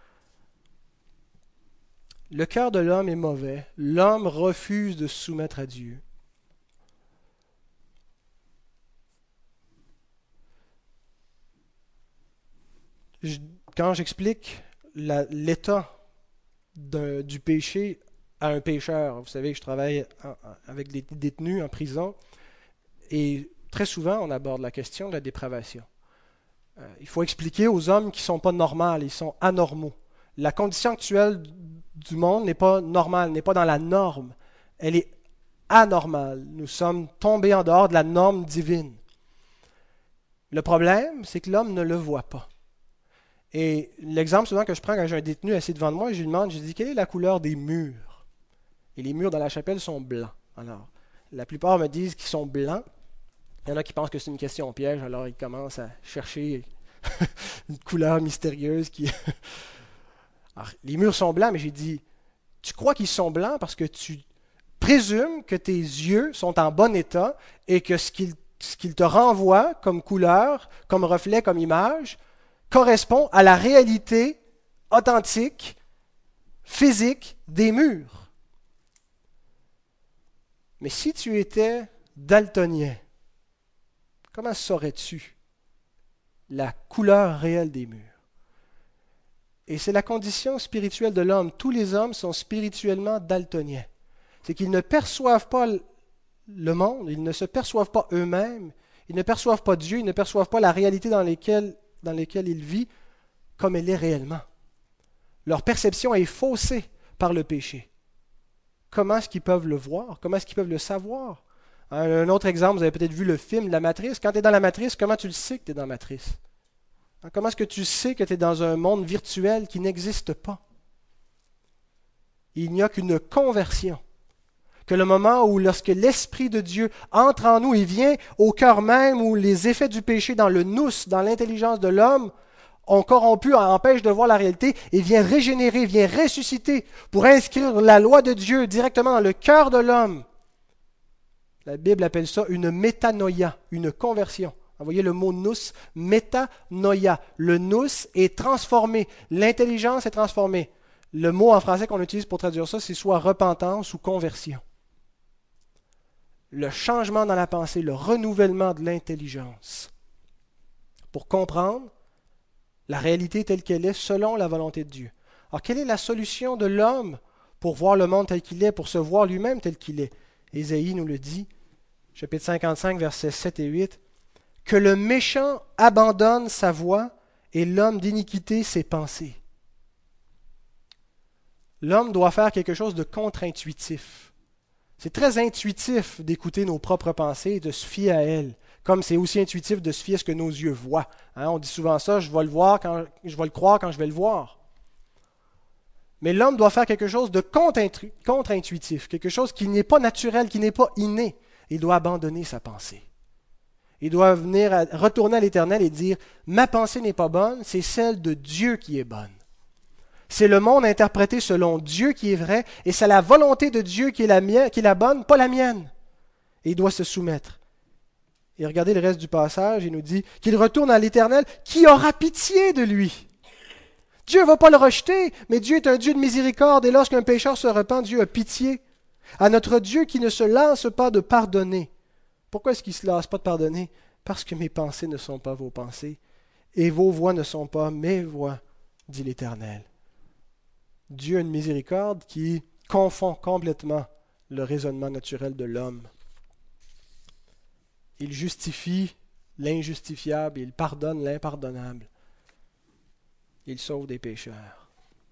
B: Le cœur de l'homme est mauvais. L'homme refuse de se soumettre à Dieu. Je, quand j'explique la, l'état de, du péché à un pécheur, vous savez, je travaille en, avec des détenus en prison, et très souvent on aborde la question de la dépravation. Euh, il faut expliquer aux hommes qui ne sont pas normaux, ils sont anormaux. La condition actuelle du monde n'est pas normale, n'est pas dans la norme, elle est anormale. Nous sommes tombés en dehors de la norme divine. Le problème, c'est que l'homme ne le voit pas. Et l'exemple souvent que je prends quand j'ai un détenu assis devant moi, je lui demande, je lui dis, quelle est la couleur des murs? Et les murs dans la chapelle sont blancs. Alors, la plupart me disent qu'ils sont blancs. Il y en a qui pensent que c'est une question piège, alors ils commencent à chercher une couleur mystérieuse qui... Alors, les murs sont blancs, mais j'ai dit, tu crois qu'ils sont blancs parce que tu présumes que tes yeux sont en bon état et que ce qu'ils, ce qu'ils te renvoient comme couleur, comme reflet, comme image, correspond à la réalité authentique, physique des murs. Mais si tu étais daltonien, comment saurais-tu la couleur réelle des murs? Et c'est la condition spirituelle de l'homme. Tous les hommes sont spirituellement daltoniens. C'est qu'ils ne perçoivent pas le monde, ils ne se perçoivent pas eux-mêmes, ils ne perçoivent pas Dieu, ils ne perçoivent pas la réalité dans laquelle dans lesquels ils vivent comme elle est réellement. Leur perception est faussée par le péché. Comment est-ce qu'ils peuvent le voir? Comment est-ce qu'ils peuvent le savoir? Un autre exemple, vous avez peut-être vu le film La Matrice. Quand tu es dans la Matrice, comment tu le sais que tu es dans la Matrice? Comment est-ce que tu sais que tu es dans un monde virtuel qui n'existe pas? il n'y a qu'une conversion. Que le moment où, lorsque l'Esprit de Dieu entre en nous et vient au cœur même, où les effets du péché dans le nous, dans l'intelligence de l'homme, ont corrompu, empêchent de voir la réalité, et vient régénérer, vient ressusciter pour inscrire la loi de Dieu directement dans le cœur de l'homme. La Bible appelle ça une métanoïa, une conversion. Vous voyez le mot nous, métanoïa. Le nous est transformé, l'intelligence est transformée. Le mot en français qu'on utilise pour traduire ça, c'est soit repentance ou conversion. Le changement dans la pensée, le renouvellement de l'intelligence. Pour comprendre la réalité telle qu'elle est, selon la volonté de Dieu. Alors, quelle est la solution de l'homme pour voir le monde tel qu'il est, pour se voir lui-même tel qu'il est? Ésaïe nous le dit, chapitre cinquante-cinq, versets sept et huit, « Que le méchant abandonne sa voie et l'homme d'iniquité ses pensées. » L'homme doit faire quelque chose de contre-intuitif. C'est très intuitif d'écouter nos propres pensées et de se fier à elles, comme c'est aussi intuitif de se fier à ce que nos yeux voient. Hein, on dit souvent ça, je vais le voir quand je vais le croire quand je vais le voir. Mais l'homme doit faire quelque chose de contre-intuitif, quelque chose qui n'est pas naturel, qui n'est pas inné. Il doit abandonner sa pensée. Il doit venir à, retourner à l'Éternel et dire « Ma pensée n'est pas bonne, c'est celle de Dieu qui est bonne. » C'est le monde interprété selon Dieu qui est vrai, et c'est la volonté de Dieu qui est la mienne, qui est la bonne, pas la mienne. Et il doit se soumettre. Et regardez le reste du passage, il nous dit qu'il retourne à l'Éternel qui aura pitié de lui. Dieu ne va pas le rejeter, mais Dieu est un Dieu de miséricorde, et lorsqu'un pécheur se repent, Dieu a pitié. À notre Dieu qui ne se lasse pas de pardonner. Pourquoi est-ce qu'il ne se lasse pas de pardonner? Parce que mes pensées ne sont pas vos pensées, et vos voies ne sont pas mes voies, dit l'Éternel. Dieu a une miséricorde qui confond complètement le raisonnement naturel de l'homme. Il justifie l'injustifiable, il pardonne l'impardonnable. Il sauve des pécheurs.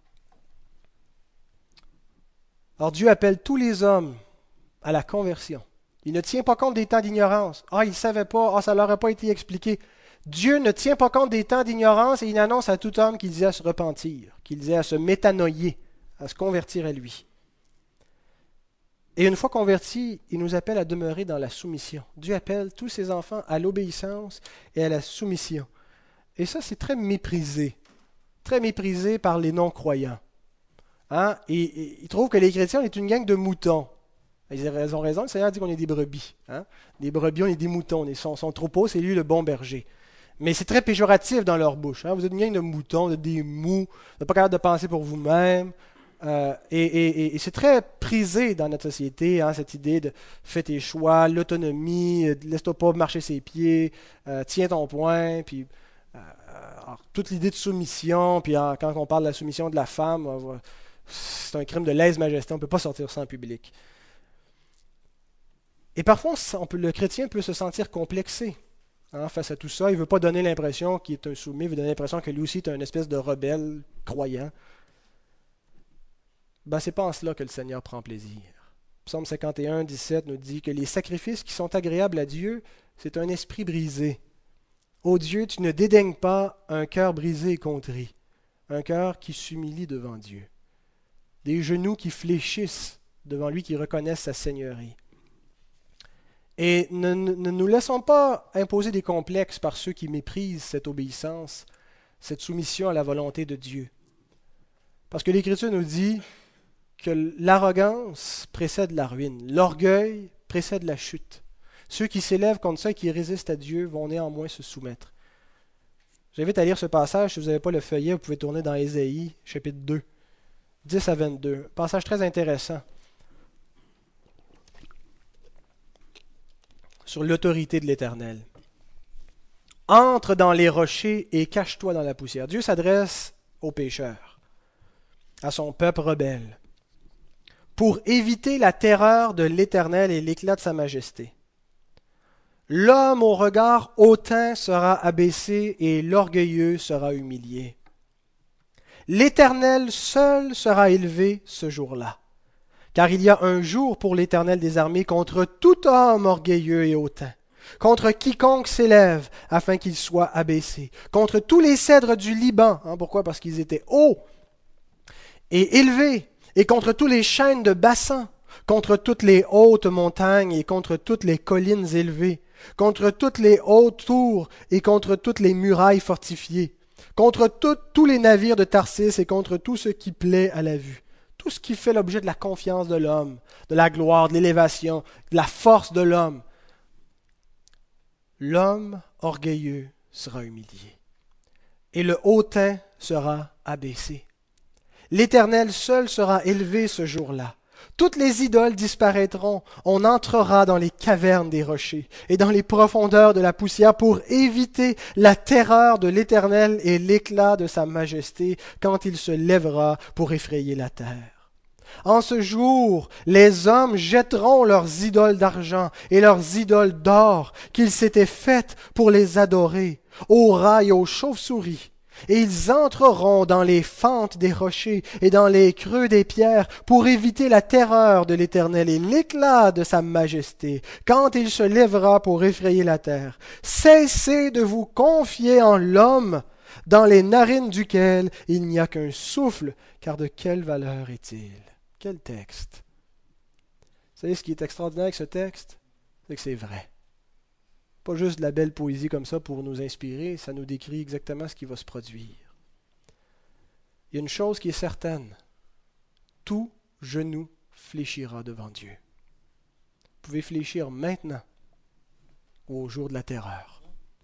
B: Alors Dieu appelle tous les hommes à la conversion. Il ne tient pas compte des temps d'ignorance. Ah, ils ne savaient pas, ah, ça ne leur a pas été expliqué. Dieu ne tient pas compte des temps d'ignorance et il annonce à tout homme qu'il disait à se repentir, qu'il disait à se métanoïer, à se convertir à lui. Et une fois convertis, il nous appelle à demeurer dans la soumission. Dieu appelle tous ses enfants à l'obéissance et à la soumission. Et ça, c'est très méprisé. Très méprisé par les non-croyants. Hein? Et, et ils trouvent que les chrétiens sont une gang de moutons. Ils ont raison, le Seigneur dit qu'on est des brebis. Hein? Des brebis, on est des moutons. On est son, son troupeau, c'est lui le bon berger. Mais c'est très péjoratif dans leur bouche. Hein? Vous êtes une gang de moutons, vous êtes des mous, vous n'êtes pas capable de penser pour vous-même. Euh, et, et, et c'est très prisé dans notre société, hein, cette idée de fais tes choix, l'autonomie, laisse-toi pas marcher ses pieds, euh, tiens ton point, puis euh, alors, toute l'idée de soumission, puis hein, quand on parle de la soumission de la femme, euh, c'est un crime de lèse-majesté, on ne peut pas sortir ça en public. Et parfois, on peut, le chrétien peut se sentir complexé hein, face à tout ça. Il ne veut pas donner l'impression qu'il est un soumis, il veut donner l'impression que lui aussi est une espèce de rebelle croyant. Ben, ce n'est pas en cela que le Seigneur prend plaisir. Psaume cinquante et un, dix-sept nous dit que les sacrifices qui sont agréables à Dieu, c'est un esprit brisé. Ô Dieu, tu ne dédaignes pas un cœur brisé et contrit, un cœur qui s'humilie devant Dieu, des genoux qui fléchissent devant lui, qui reconnaissent sa seigneurie. Et ne, ne, ne nous laissons pas imposer des complexes par ceux qui méprisent cette obéissance, cette soumission à la volonté de Dieu. Parce que l'Écriture nous dit que l'arrogance précède la ruine, l'orgueil précède la chute. Ceux qui s'élèvent contre ça et qui résistent à Dieu vont néanmoins se soumettre. J'invite à lire ce passage. Si vous n'avez pas le feuillet, vous pouvez tourner dans Ésaïe, chapitre deux, dix à vingt-deux. Passage très intéressant sur l'autorité de l'Éternel. Entre dans les rochers et cache-toi dans la poussière. Dieu s'adresse aux pécheurs, à son peuple rebelle, pour éviter la terreur de l'Éternel et l'éclat de sa majesté. L'homme au regard hautain sera abaissé et l'orgueilleux sera humilié. L'Éternel seul sera élevé ce jour-là, car il y a un jour pour l'Éternel des armées contre tout homme orgueilleux et hautain, contre quiconque s'élève afin qu'il soit abaissé, contre tous les cèdres du Liban. Hein, pourquoi? Parce qu'ils étaient hauts et élevés, et contre tous les chênes de Bassan, contre toutes les hautes montagnes et contre toutes les collines élevées, contre toutes les hautes tours et contre toutes les murailles fortifiées, contre tout- tous les navires de Tarsis et contre tout ce qui plaît à la vue. Tout ce qui fait l'objet de la confiance de l'homme, de la gloire, de l'élévation, de la force de l'homme. L'homme orgueilleux sera humilié, et le hautain sera abaissé. L'Éternel seul sera élevé ce jour-là. Toutes les idoles disparaîtront. On entrera dans les cavernes des rochers et dans les profondeurs de la poussière pour éviter la terreur de l'Éternel et l'éclat de sa majesté quand il se lèvera pour effrayer la terre. En ce jour, les hommes jetteront leurs idoles d'argent et leurs idoles d'or qu'ils s'étaient faites pour les adorer, aux rats et aux chauves-souris. Et ils entreront dans les fentes des rochers et dans les creux des pierres pour éviter la terreur de l'Éternel et l'éclat de sa majesté, quand il se lèvera pour effrayer la terre. Cessez de vous confier en l'homme, dans les narines duquel il n'y a qu'un souffle, car de quelle valeur est-il? Quel texte! Vous savez ce qui est extraordinaire avec ce texte? C'est que c'est vrai. Pas juste de la belle poésie comme ça pour nous inspirer, ça nous décrit exactement ce qui va se produire. Il y a une chose qui est certaine, tout genou fléchira devant Dieu. Vous pouvez fléchir maintenant ou au jour de la terreur.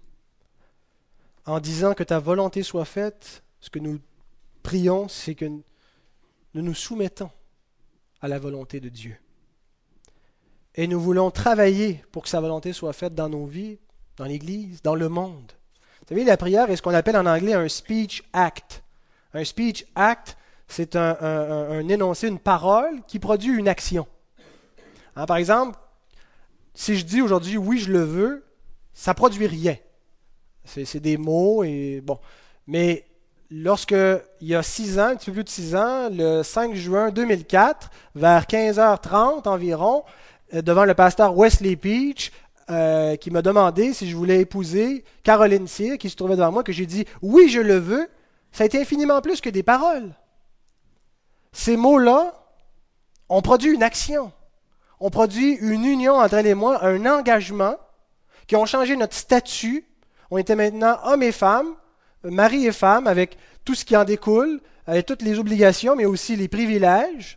B: En disant que ta volonté soit faite, ce que nous prions, c'est que nous nous soumettons à la volonté de Dieu. Et nous voulons travailler pour que sa volonté soit faite dans nos vies, dans l'Église, dans le monde. Vous savez, la prière est ce qu'on appelle en anglais un speech act. Un speech act, c'est un, un, un énoncé, une parole qui produit une action. Hein, par exemple, si je dis aujourd'hui « oui, je le veux », ça ne produit rien. C'est, c'est des mots et bon. Mais lorsque, il y a six ans, un petit peu plus de six ans, le cinq juin deux mille quatre, vers quinze heures trente environ, devant le pasteur Wesley Peach, euh, qui m'a demandé si je voulais épouser Caroline Cyr, qui se trouvait devant moi, que j'ai dit « oui, je le veux », ça a été infiniment plus que des paroles. Ces mots-là ont produit une action, ont produit une union entre elle et moi, un engagement, qui ont changé notre statut. On était maintenant hommes et femmes, mari et femme, avec tout ce qui en découle, avec toutes les obligations, mais aussi les privilèges.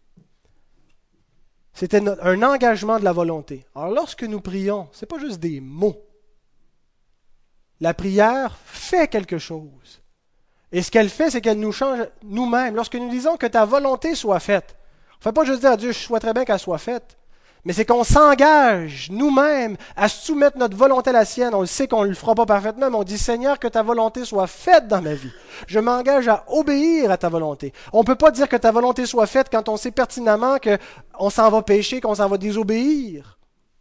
B: C'était un engagement de la volonté. Alors lorsque nous prions, ce n'est pas juste des mots. La prière fait quelque chose. Et ce qu'elle fait, c'est qu'elle nous change nous-mêmes. Lorsque nous disons que ta volonté soit faite, on ne fait pas juste dire à Dieu, je souhaiterais bien qu'elle soit faite, mais c'est qu'on s'engage nous-mêmes à soumettre notre volonté à la sienne. On le sait qu'on ne le fera pas parfaitement, mais on dit, Seigneur, que ta volonté soit faite dans ma vie. Je m'engage à obéir à ta volonté. On ne peut pas dire que ta volonté soit faite quand on sait pertinemment qu'on s'en va pécher, qu'on s'en va désobéir.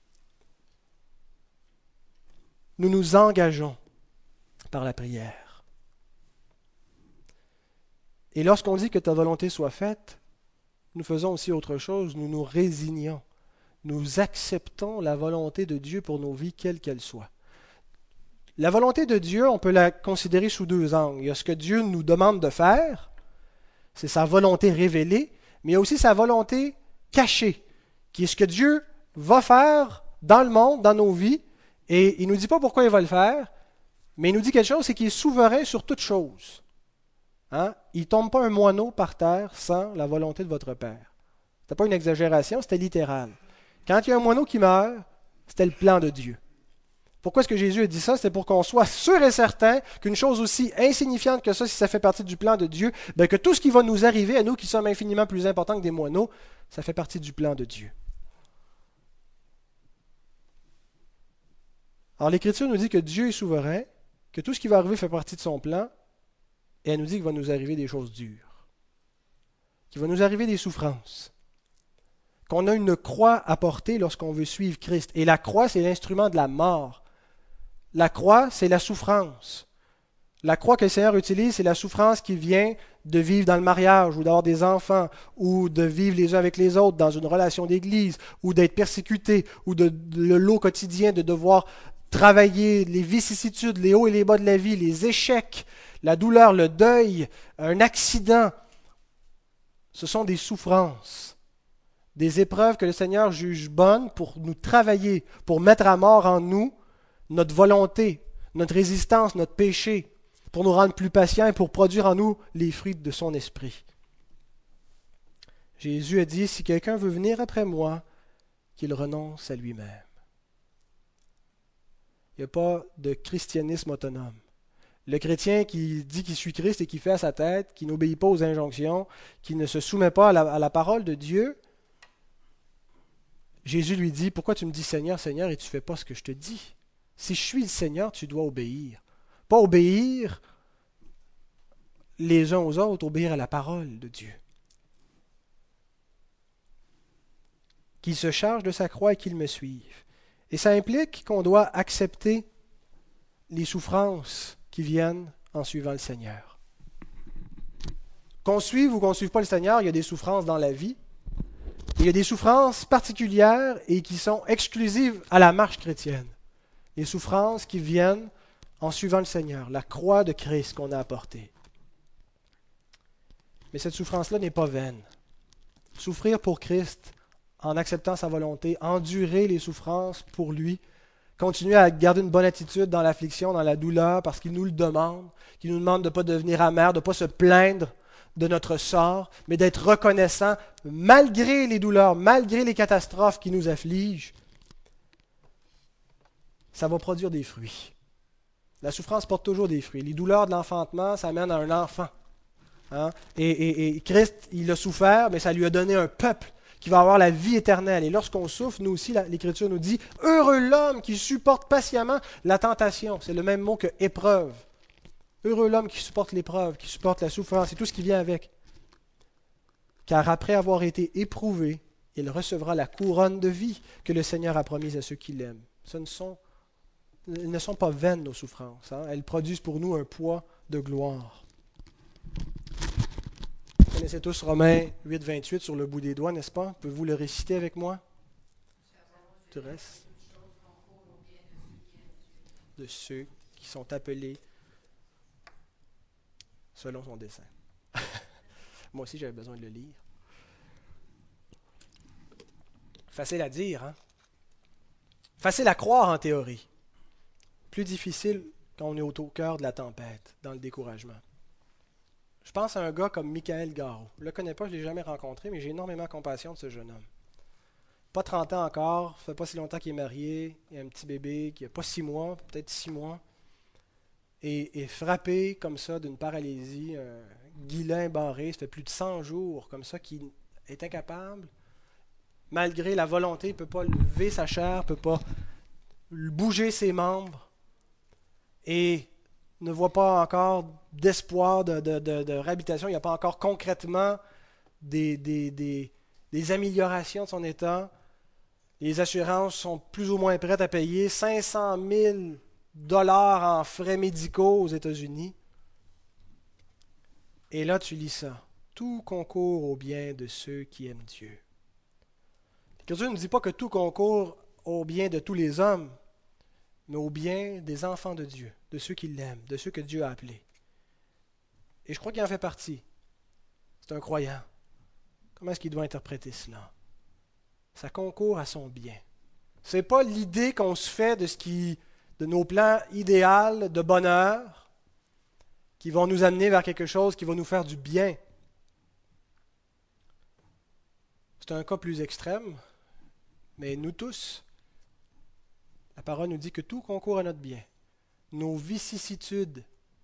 B: Nous nous engageons par la prière. Et lorsqu'on dit que ta volonté soit faite, nous faisons aussi autre chose, nous nous résignons. Nous acceptons la volonté de Dieu pour nos vies, quelle qu'elle soit. La volonté de Dieu, on peut la considérer sous deux angles. Il y a ce que Dieu nous demande de faire, c'est sa volonté révélée, mais il y a aussi sa volonté cachée, qui est ce que Dieu va faire dans le monde, dans nos vies, et il ne nous dit pas pourquoi il va le faire, mais il nous dit quelque chose, c'est qu'il est souverain sur toute chose. Hein? Il ne tombe pas un moineau par terre sans la volonté de votre Père. Ce n'était pas une exagération, c'était littéral. Quand il y a un moineau qui meurt, c'était le plan de Dieu. Pourquoi est-ce que Jésus a dit ça? C'est pour qu'on soit sûr et certain qu'une chose aussi insignifiante que ça, si ça fait partie du plan de Dieu, bien que tout ce qui va nous arriver, à nous qui sommes infiniment plus importants que des moineaux, ça fait partie du plan de Dieu. Alors l'Écriture nous dit que Dieu est souverain, que tout ce qui va arriver fait partie de son plan, et elle nous dit qu'il va nous arriver des choses dures, qu'il va nous arriver des souffrances, qu'on a une croix à porter lorsqu'on veut suivre Christ. Et la croix, c'est l'instrument de la mort. La croix, c'est la souffrance. La croix que le Seigneur utilise, c'est la souffrance qui vient de vivre dans le mariage, ou d'avoir des enfants, ou de vivre les uns avec les autres dans une relation d'église, ou d'être persécuté, ou de, de le lot quotidien de devoir travailler les vicissitudes, les hauts et les bas de la vie, les échecs, la douleur, le deuil, un accident. Ce sont des souffrances, des épreuves que le Seigneur juge bonnes pour nous travailler, pour mettre à mort en nous notre volonté, notre résistance, notre péché, pour nous rendre plus patients et pour produire en nous les fruits de son esprit. Jésus a dit, si quelqu'un veut venir après moi, qu'il renonce à lui-même. Il n'y a pas de christianisme autonome. Le chrétien qui dit qu'il suit Christ et qui fait à sa tête, qui n'obéit pas aux injonctions, qui ne se soumet pas à la, à la parole de Dieu, Jésus lui dit, pourquoi tu me dis Seigneur, Seigneur, et tu ne fais pas ce que je te dis? Si je suis le Seigneur, tu dois obéir. Pas obéir les uns aux autres, obéir à la parole de Dieu. Qu'il se charge de sa croix et qu'il me suive. Et ça implique qu'on doit accepter les souffrances qui viennent en suivant le Seigneur. Qu'on suive ou qu'on ne suive pas le Seigneur, il y a des souffrances dans la vie. Il y a des souffrances particulières et qui sont exclusives à la marche chrétienne. Les souffrances qui viennent en suivant le Seigneur, la croix de Christ qu'on a apportée. Mais cette souffrance-là n'est pas vaine. Souffrir pour Christ, en acceptant sa volonté, endurer les souffrances pour lui, continuer à garder une bonne attitude dans l'affliction, dans la douleur, parce qu'il nous le demande, qu'il nous demande de ne pas devenir amer, de ne pas se plaindre de notre sort, mais d'être reconnaissant malgré les douleurs, malgré les catastrophes qui nous affligent. Ça va produire des fruits. La souffrance porte toujours des fruits. Les douleurs de l'enfantement, ça amène à un enfant. Hein? Et, et, et Christ, il a souffert, mais ça lui a donné un peuple qui va avoir la vie éternelle. Et lorsqu'on souffre, nous aussi, la, l'Écriture nous dit « Heureux l'homme qui supporte patiemment la tentation ». C'est le même mot que « épreuve ». Heureux l'homme qui supporte l'épreuve, qui supporte la souffrance et tout ce qui vient avec. Car après avoir été éprouvé, il recevra la couronne de vie que le Seigneur a promise à ceux qui l'aiment. Ce ne sont, elles ne sont pas vaines, nos souffrances. Hein? Elles produisent pour nous un poids de gloire. Vous connaissez tous Romains huit, vingt-huit sur le bout des doigts, n'est-ce pas? Pouvez-vous le réciter avec moi? Tu restes. De ceux qui sont appelés selon son dessein. Moi aussi, j'avais besoin de le lire. Facile à dire, hein? Facile à croire en théorie. Plus difficile quand on est au cœur de la tempête, dans le découragement. Je pense à un gars comme Michael Garot. Je ne le connais pas, je ne l'ai jamais rencontré, mais j'ai énormément compassion de ce jeune homme. Pas trente ans encore, ça fait pas si longtemps qu'il est marié, il a un petit bébé qui n'a pas six mois, peut-être six mois, et est frappé comme ça d'une paralysie, un guillain barré, ça fait plus de cent jours comme ça qu'il est incapable, malgré la volonté, il ne peut pas lever sa chair, il ne peut pas bouger ses membres, et ne voit pas encore d'espoir de, de, de, de réhabilitation, il n'y a pas encore concrètement des, des, des, des améliorations de son état. Les assurances sont plus ou moins prêtes à payer cinq cent mille dollars en frais médicaux aux États-Unis. Et là, tu lis ça. Tout concourt au bien de ceux qui aiment Dieu. L'Écriture ne dit pas que tout concourt au bien de tous les hommes, mais au bien des enfants de Dieu, de ceux qui l'aiment, de ceux que Dieu a appelés. Et je crois qu'il en fait partie. C'est un croyant. Comment est-ce qu'il doit interpréter cela? Ça concourt à son bien. Ce n'est pas l'idée qu'on se fait de, ce qui, de nos plans idéaux de bonheur qui vont nous amener vers quelque chose qui va nous faire du bien. C'est un cas plus extrême, mais nous tous, la parole nous dit que tout concourt à notre bien. Nos vicissitudes,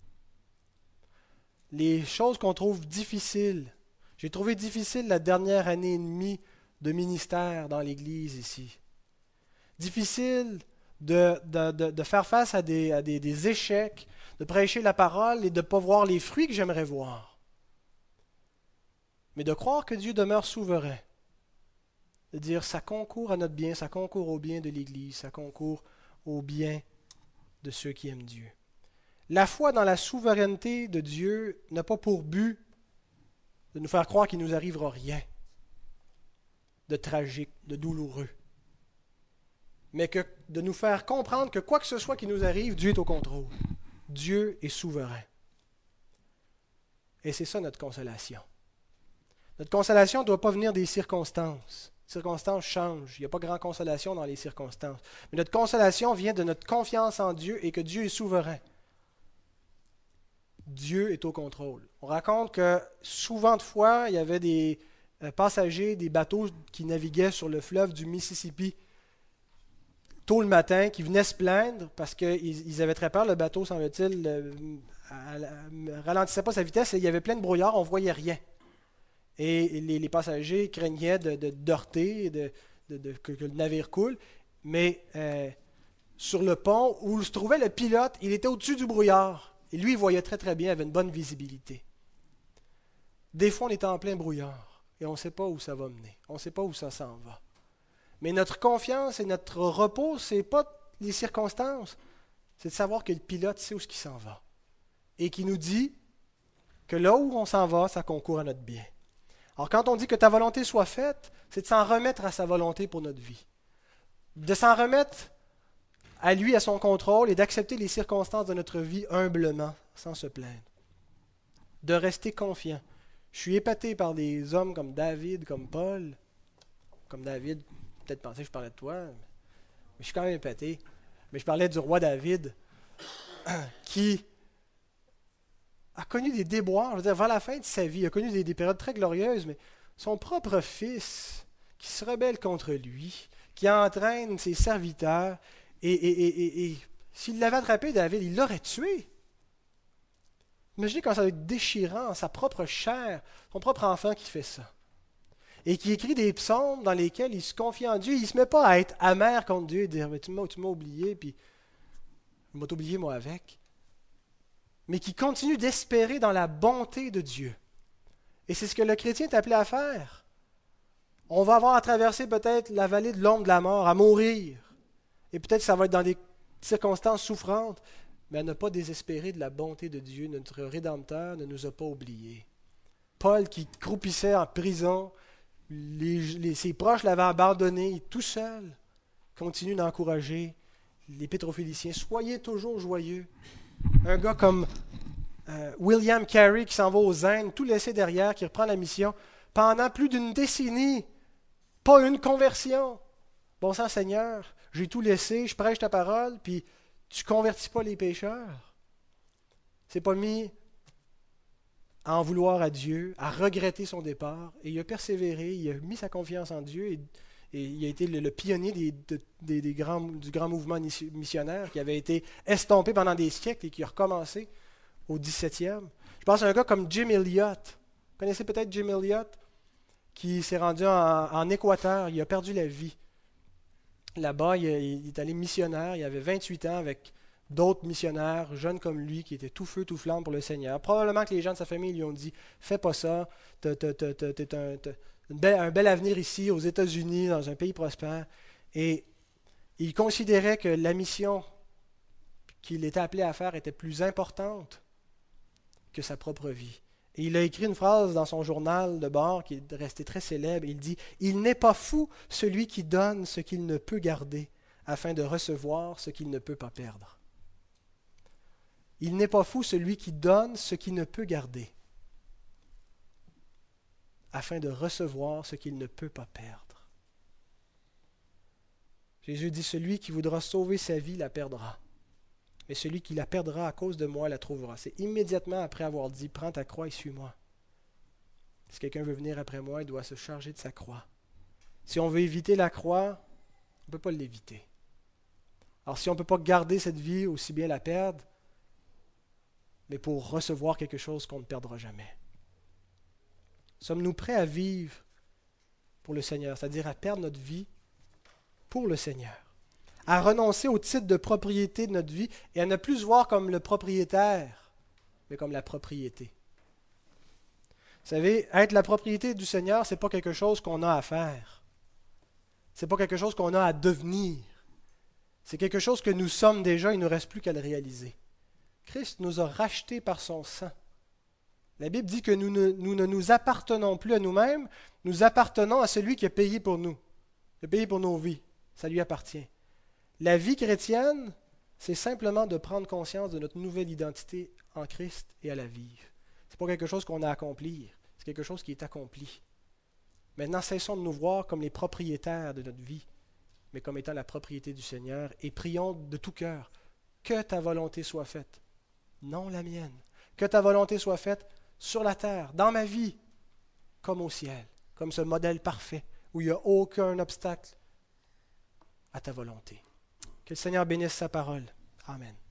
B: les choses qu'on trouve difficiles. J'ai trouvé difficile la dernière année et demie de ministère dans l'Église ici. Difficile de, de, de, de faire face à, des, à des, des échecs, de prêcher la parole et de ne pas voir les fruits que j'aimerais voir. Mais de croire que Dieu demeure souverain. De dire ça concourt à notre bien, ça concourt au bien de l'Église, ça concourt au bien de ceux qui aiment Dieu. La foi dans la souveraineté de Dieu n'a pas pour but de nous faire croire qu'il ne nous arrivera rien de tragique, de douloureux, mais que de nous faire comprendre que quoi que ce soit qui nous arrive, Dieu est au contrôle. Dieu est souverain. Et c'est ça notre consolation. Notre consolation ne doit pas venir des circonstances. Les circonstances changent. Il n'y a pas grande consolation dans les circonstances. Mais notre consolation vient de notre confiance en Dieu et que Dieu est souverain. Dieu est au contrôle. On raconte que souvent de fois, il y avait des passagers, des bateaux qui naviguaient sur le fleuve du Mississippi tôt le matin, qui venaient se plaindre parce qu'ils ils avaient très peur. Le bateau, semble-t-il, ne ralentissait pas sa vitesse et il y avait plein de brouillard, on ne voyait rien. Et les, les passagers craignaient de, de, de heurter, de, de, de, que, que le navire coule. Mais euh, sur le pont où se trouvait le pilote, il était au-dessus du brouillard. Et lui, il voyait très très bien, il avait une bonne visibilité. Des fois, on est en plein brouillard et on ne sait pas où ça va mener. On ne sait pas où ça s'en va. Mais notre confiance et notre repos, ce n'est pas les circonstances. C'est de savoir que le pilote sait où il s'en va. Et qui nous dit que là où on s'en va, ça concourt à notre bien. Alors quand on dit que ta volonté soit faite, c'est de s'en remettre à sa volonté pour notre vie. De s'en remettre à lui, à son contrôle, et d'accepter les circonstances de notre vie humblement, sans se plaindre. De rester confiant. Je suis épaté par des hommes comme David, comme Paul, comme David, peut-être penser que je parlais de toi, mais je suis quand même épaté. Mais je parlais du roi David, qui a connu des déboires, je veux dire, vers la fin de sa vie, il a connu des, des périodes très glorieuses, mais son propre fils, qui se rebelle contre lui, qui entraîne ses serviteurs, et, et, et, et, et s'il l'avait attrapé, David, il l'aurait tué. Imaginez quand ça va être déchirant, sa propre chair, son propre enfant qui fait ça. Et qui écrit des psaumes dans lesquels il se confie en Dieu. Il ne se met pas à être amer contre Dieu et dire « Tu m'as, tu m'as oublié, puis je m'ai oublié moi avec. » Mais qui continue d'espérer dans la bonté de Dieu. Et c'est ce que le chrétien est appelé à faire. On va avoir à traverser peut-être la vallée de l'ombre de la mort, à mourir. Et peut-être que ça va être dans des circonstances souffrantes, mais à ne pas désespérer de la bonté de Dieu. Notre Rédempteur ne nous a pas oubliés. Paul qui croupissait en prison, les, les, ses proches l'avaient abandonné, tout seul, continue d'encourager l'Épître aux Philippiens. Soyez toujours joyeux. Un gars comme euh, William Carey qui s'en va aux Indes, tout laissé derrière, qui reprend la mission, pendant plus d'une décennie, pas une conversion. Bon sang Seigneur, j'ai tout laissé, je prêche ta parole, puis tu ne convertis pas les pécheurs. Il s'est pas mis à en vouloir à Dieu, à regretter son départ, et il a persévéré, il a mis sa confiance en Dieu, et, et il a été le, le pionnier des, des, des grands, du grand mouvement missionnaire qui avait été estompé pendant des siècles et qui a recommencé au dix-septième. Je pense à un gars comme Jim Elliot. Vous connaissez peut-être Jim Elliot, qui s'est rendu en, en Équateur, il a perdu la vie. Là-bas, il, il est allé missionnaire, il avait vingt-huit ans avec d'autres missionnaires, jeunes comme lui, qui étaient tout feu, tout flamme pour le Seigneur. Probablement que les gens de sa famille lui ont dit « Fais pas ça, t'as, t'as, t'as, t'as, t'as un, t'as une belle, un bel avenir ici, aux États-Unis, dans un pays prospère. » Et il considérait que la mission qu'il était appelé à faire était plus importante que sa propre vie. Et il a écrit une phrase dans son journal de bord qui est restée très célèbre. Il dit « Il n'est pas fou celui qui donne ce qu'il ne peut garder, afin de recevoir ce qu'il ne peut pas perdre. » Il n'est pas fou celui qui donne ce qu'il ne peut garder, afin de recevoir ce qu'il ne peut pas perdre. Jésus dit, celui qui voudra sauver sa vie la perdra, mais celui qui la perdra à cause de moi la trouvera. C'est immédiatement après avoir dit, prends ta croix et suis-moi. Si quelqu'un veut venir après moi, il doit se charger de sa croix. Si on veut éviter la croix, on ne peut pas l'éviter. Alors si on ne peut pas garder cette vie, aussi bien la perdre, mais pour recevoir quelque chose qu'on ne perdra jamais. Sommes-nous prêts à vivre pour le Seigneur, c'est-à-dire à perdre notre vie pour le Seigneur, à renoncer au titre de propriété de notre vie et à ne plus se voir comme le propriétaire, mais comme la propriété. Vous savez, être la propriété du Seigneur, ce n'est pas quelque chose qu'on a à faire. Ce n'est pas quelque chose qu'on a à devenir. C'est quelque chose que nous sommes déjà, il ne nous reste plus qu'à le réaliser. Christ nous a rachetés par son sang. La Bible dit que nous ne, nous ne nous appartenons plus à nous-mêmes, nous appartenons à celui qui a payé pour nous, qui a payé pour nos vies. Ça lui appartient. La vie chrétienne, c'est simplement de prendre conscience de notre nouvelle identité en Christ et à la vivre. Ce n'est pas quelque chose qu'on a à accomplir, c'est quelque chose qui est accompli. Maintenant, cessons de nous voir comme les propriétaires de notre vie, mais comme étant la propriété du Seigneur, et prions de tout cœur, que ta volonté soit faite, non la mienne. Que ta volonté soit faite sur la terre, dans ma vie, comme au ciel, comme ce modèle parfait, où il n'y a aucun obstacle à ta volonté. Que le Seigneur bénisse sa parole. Amen.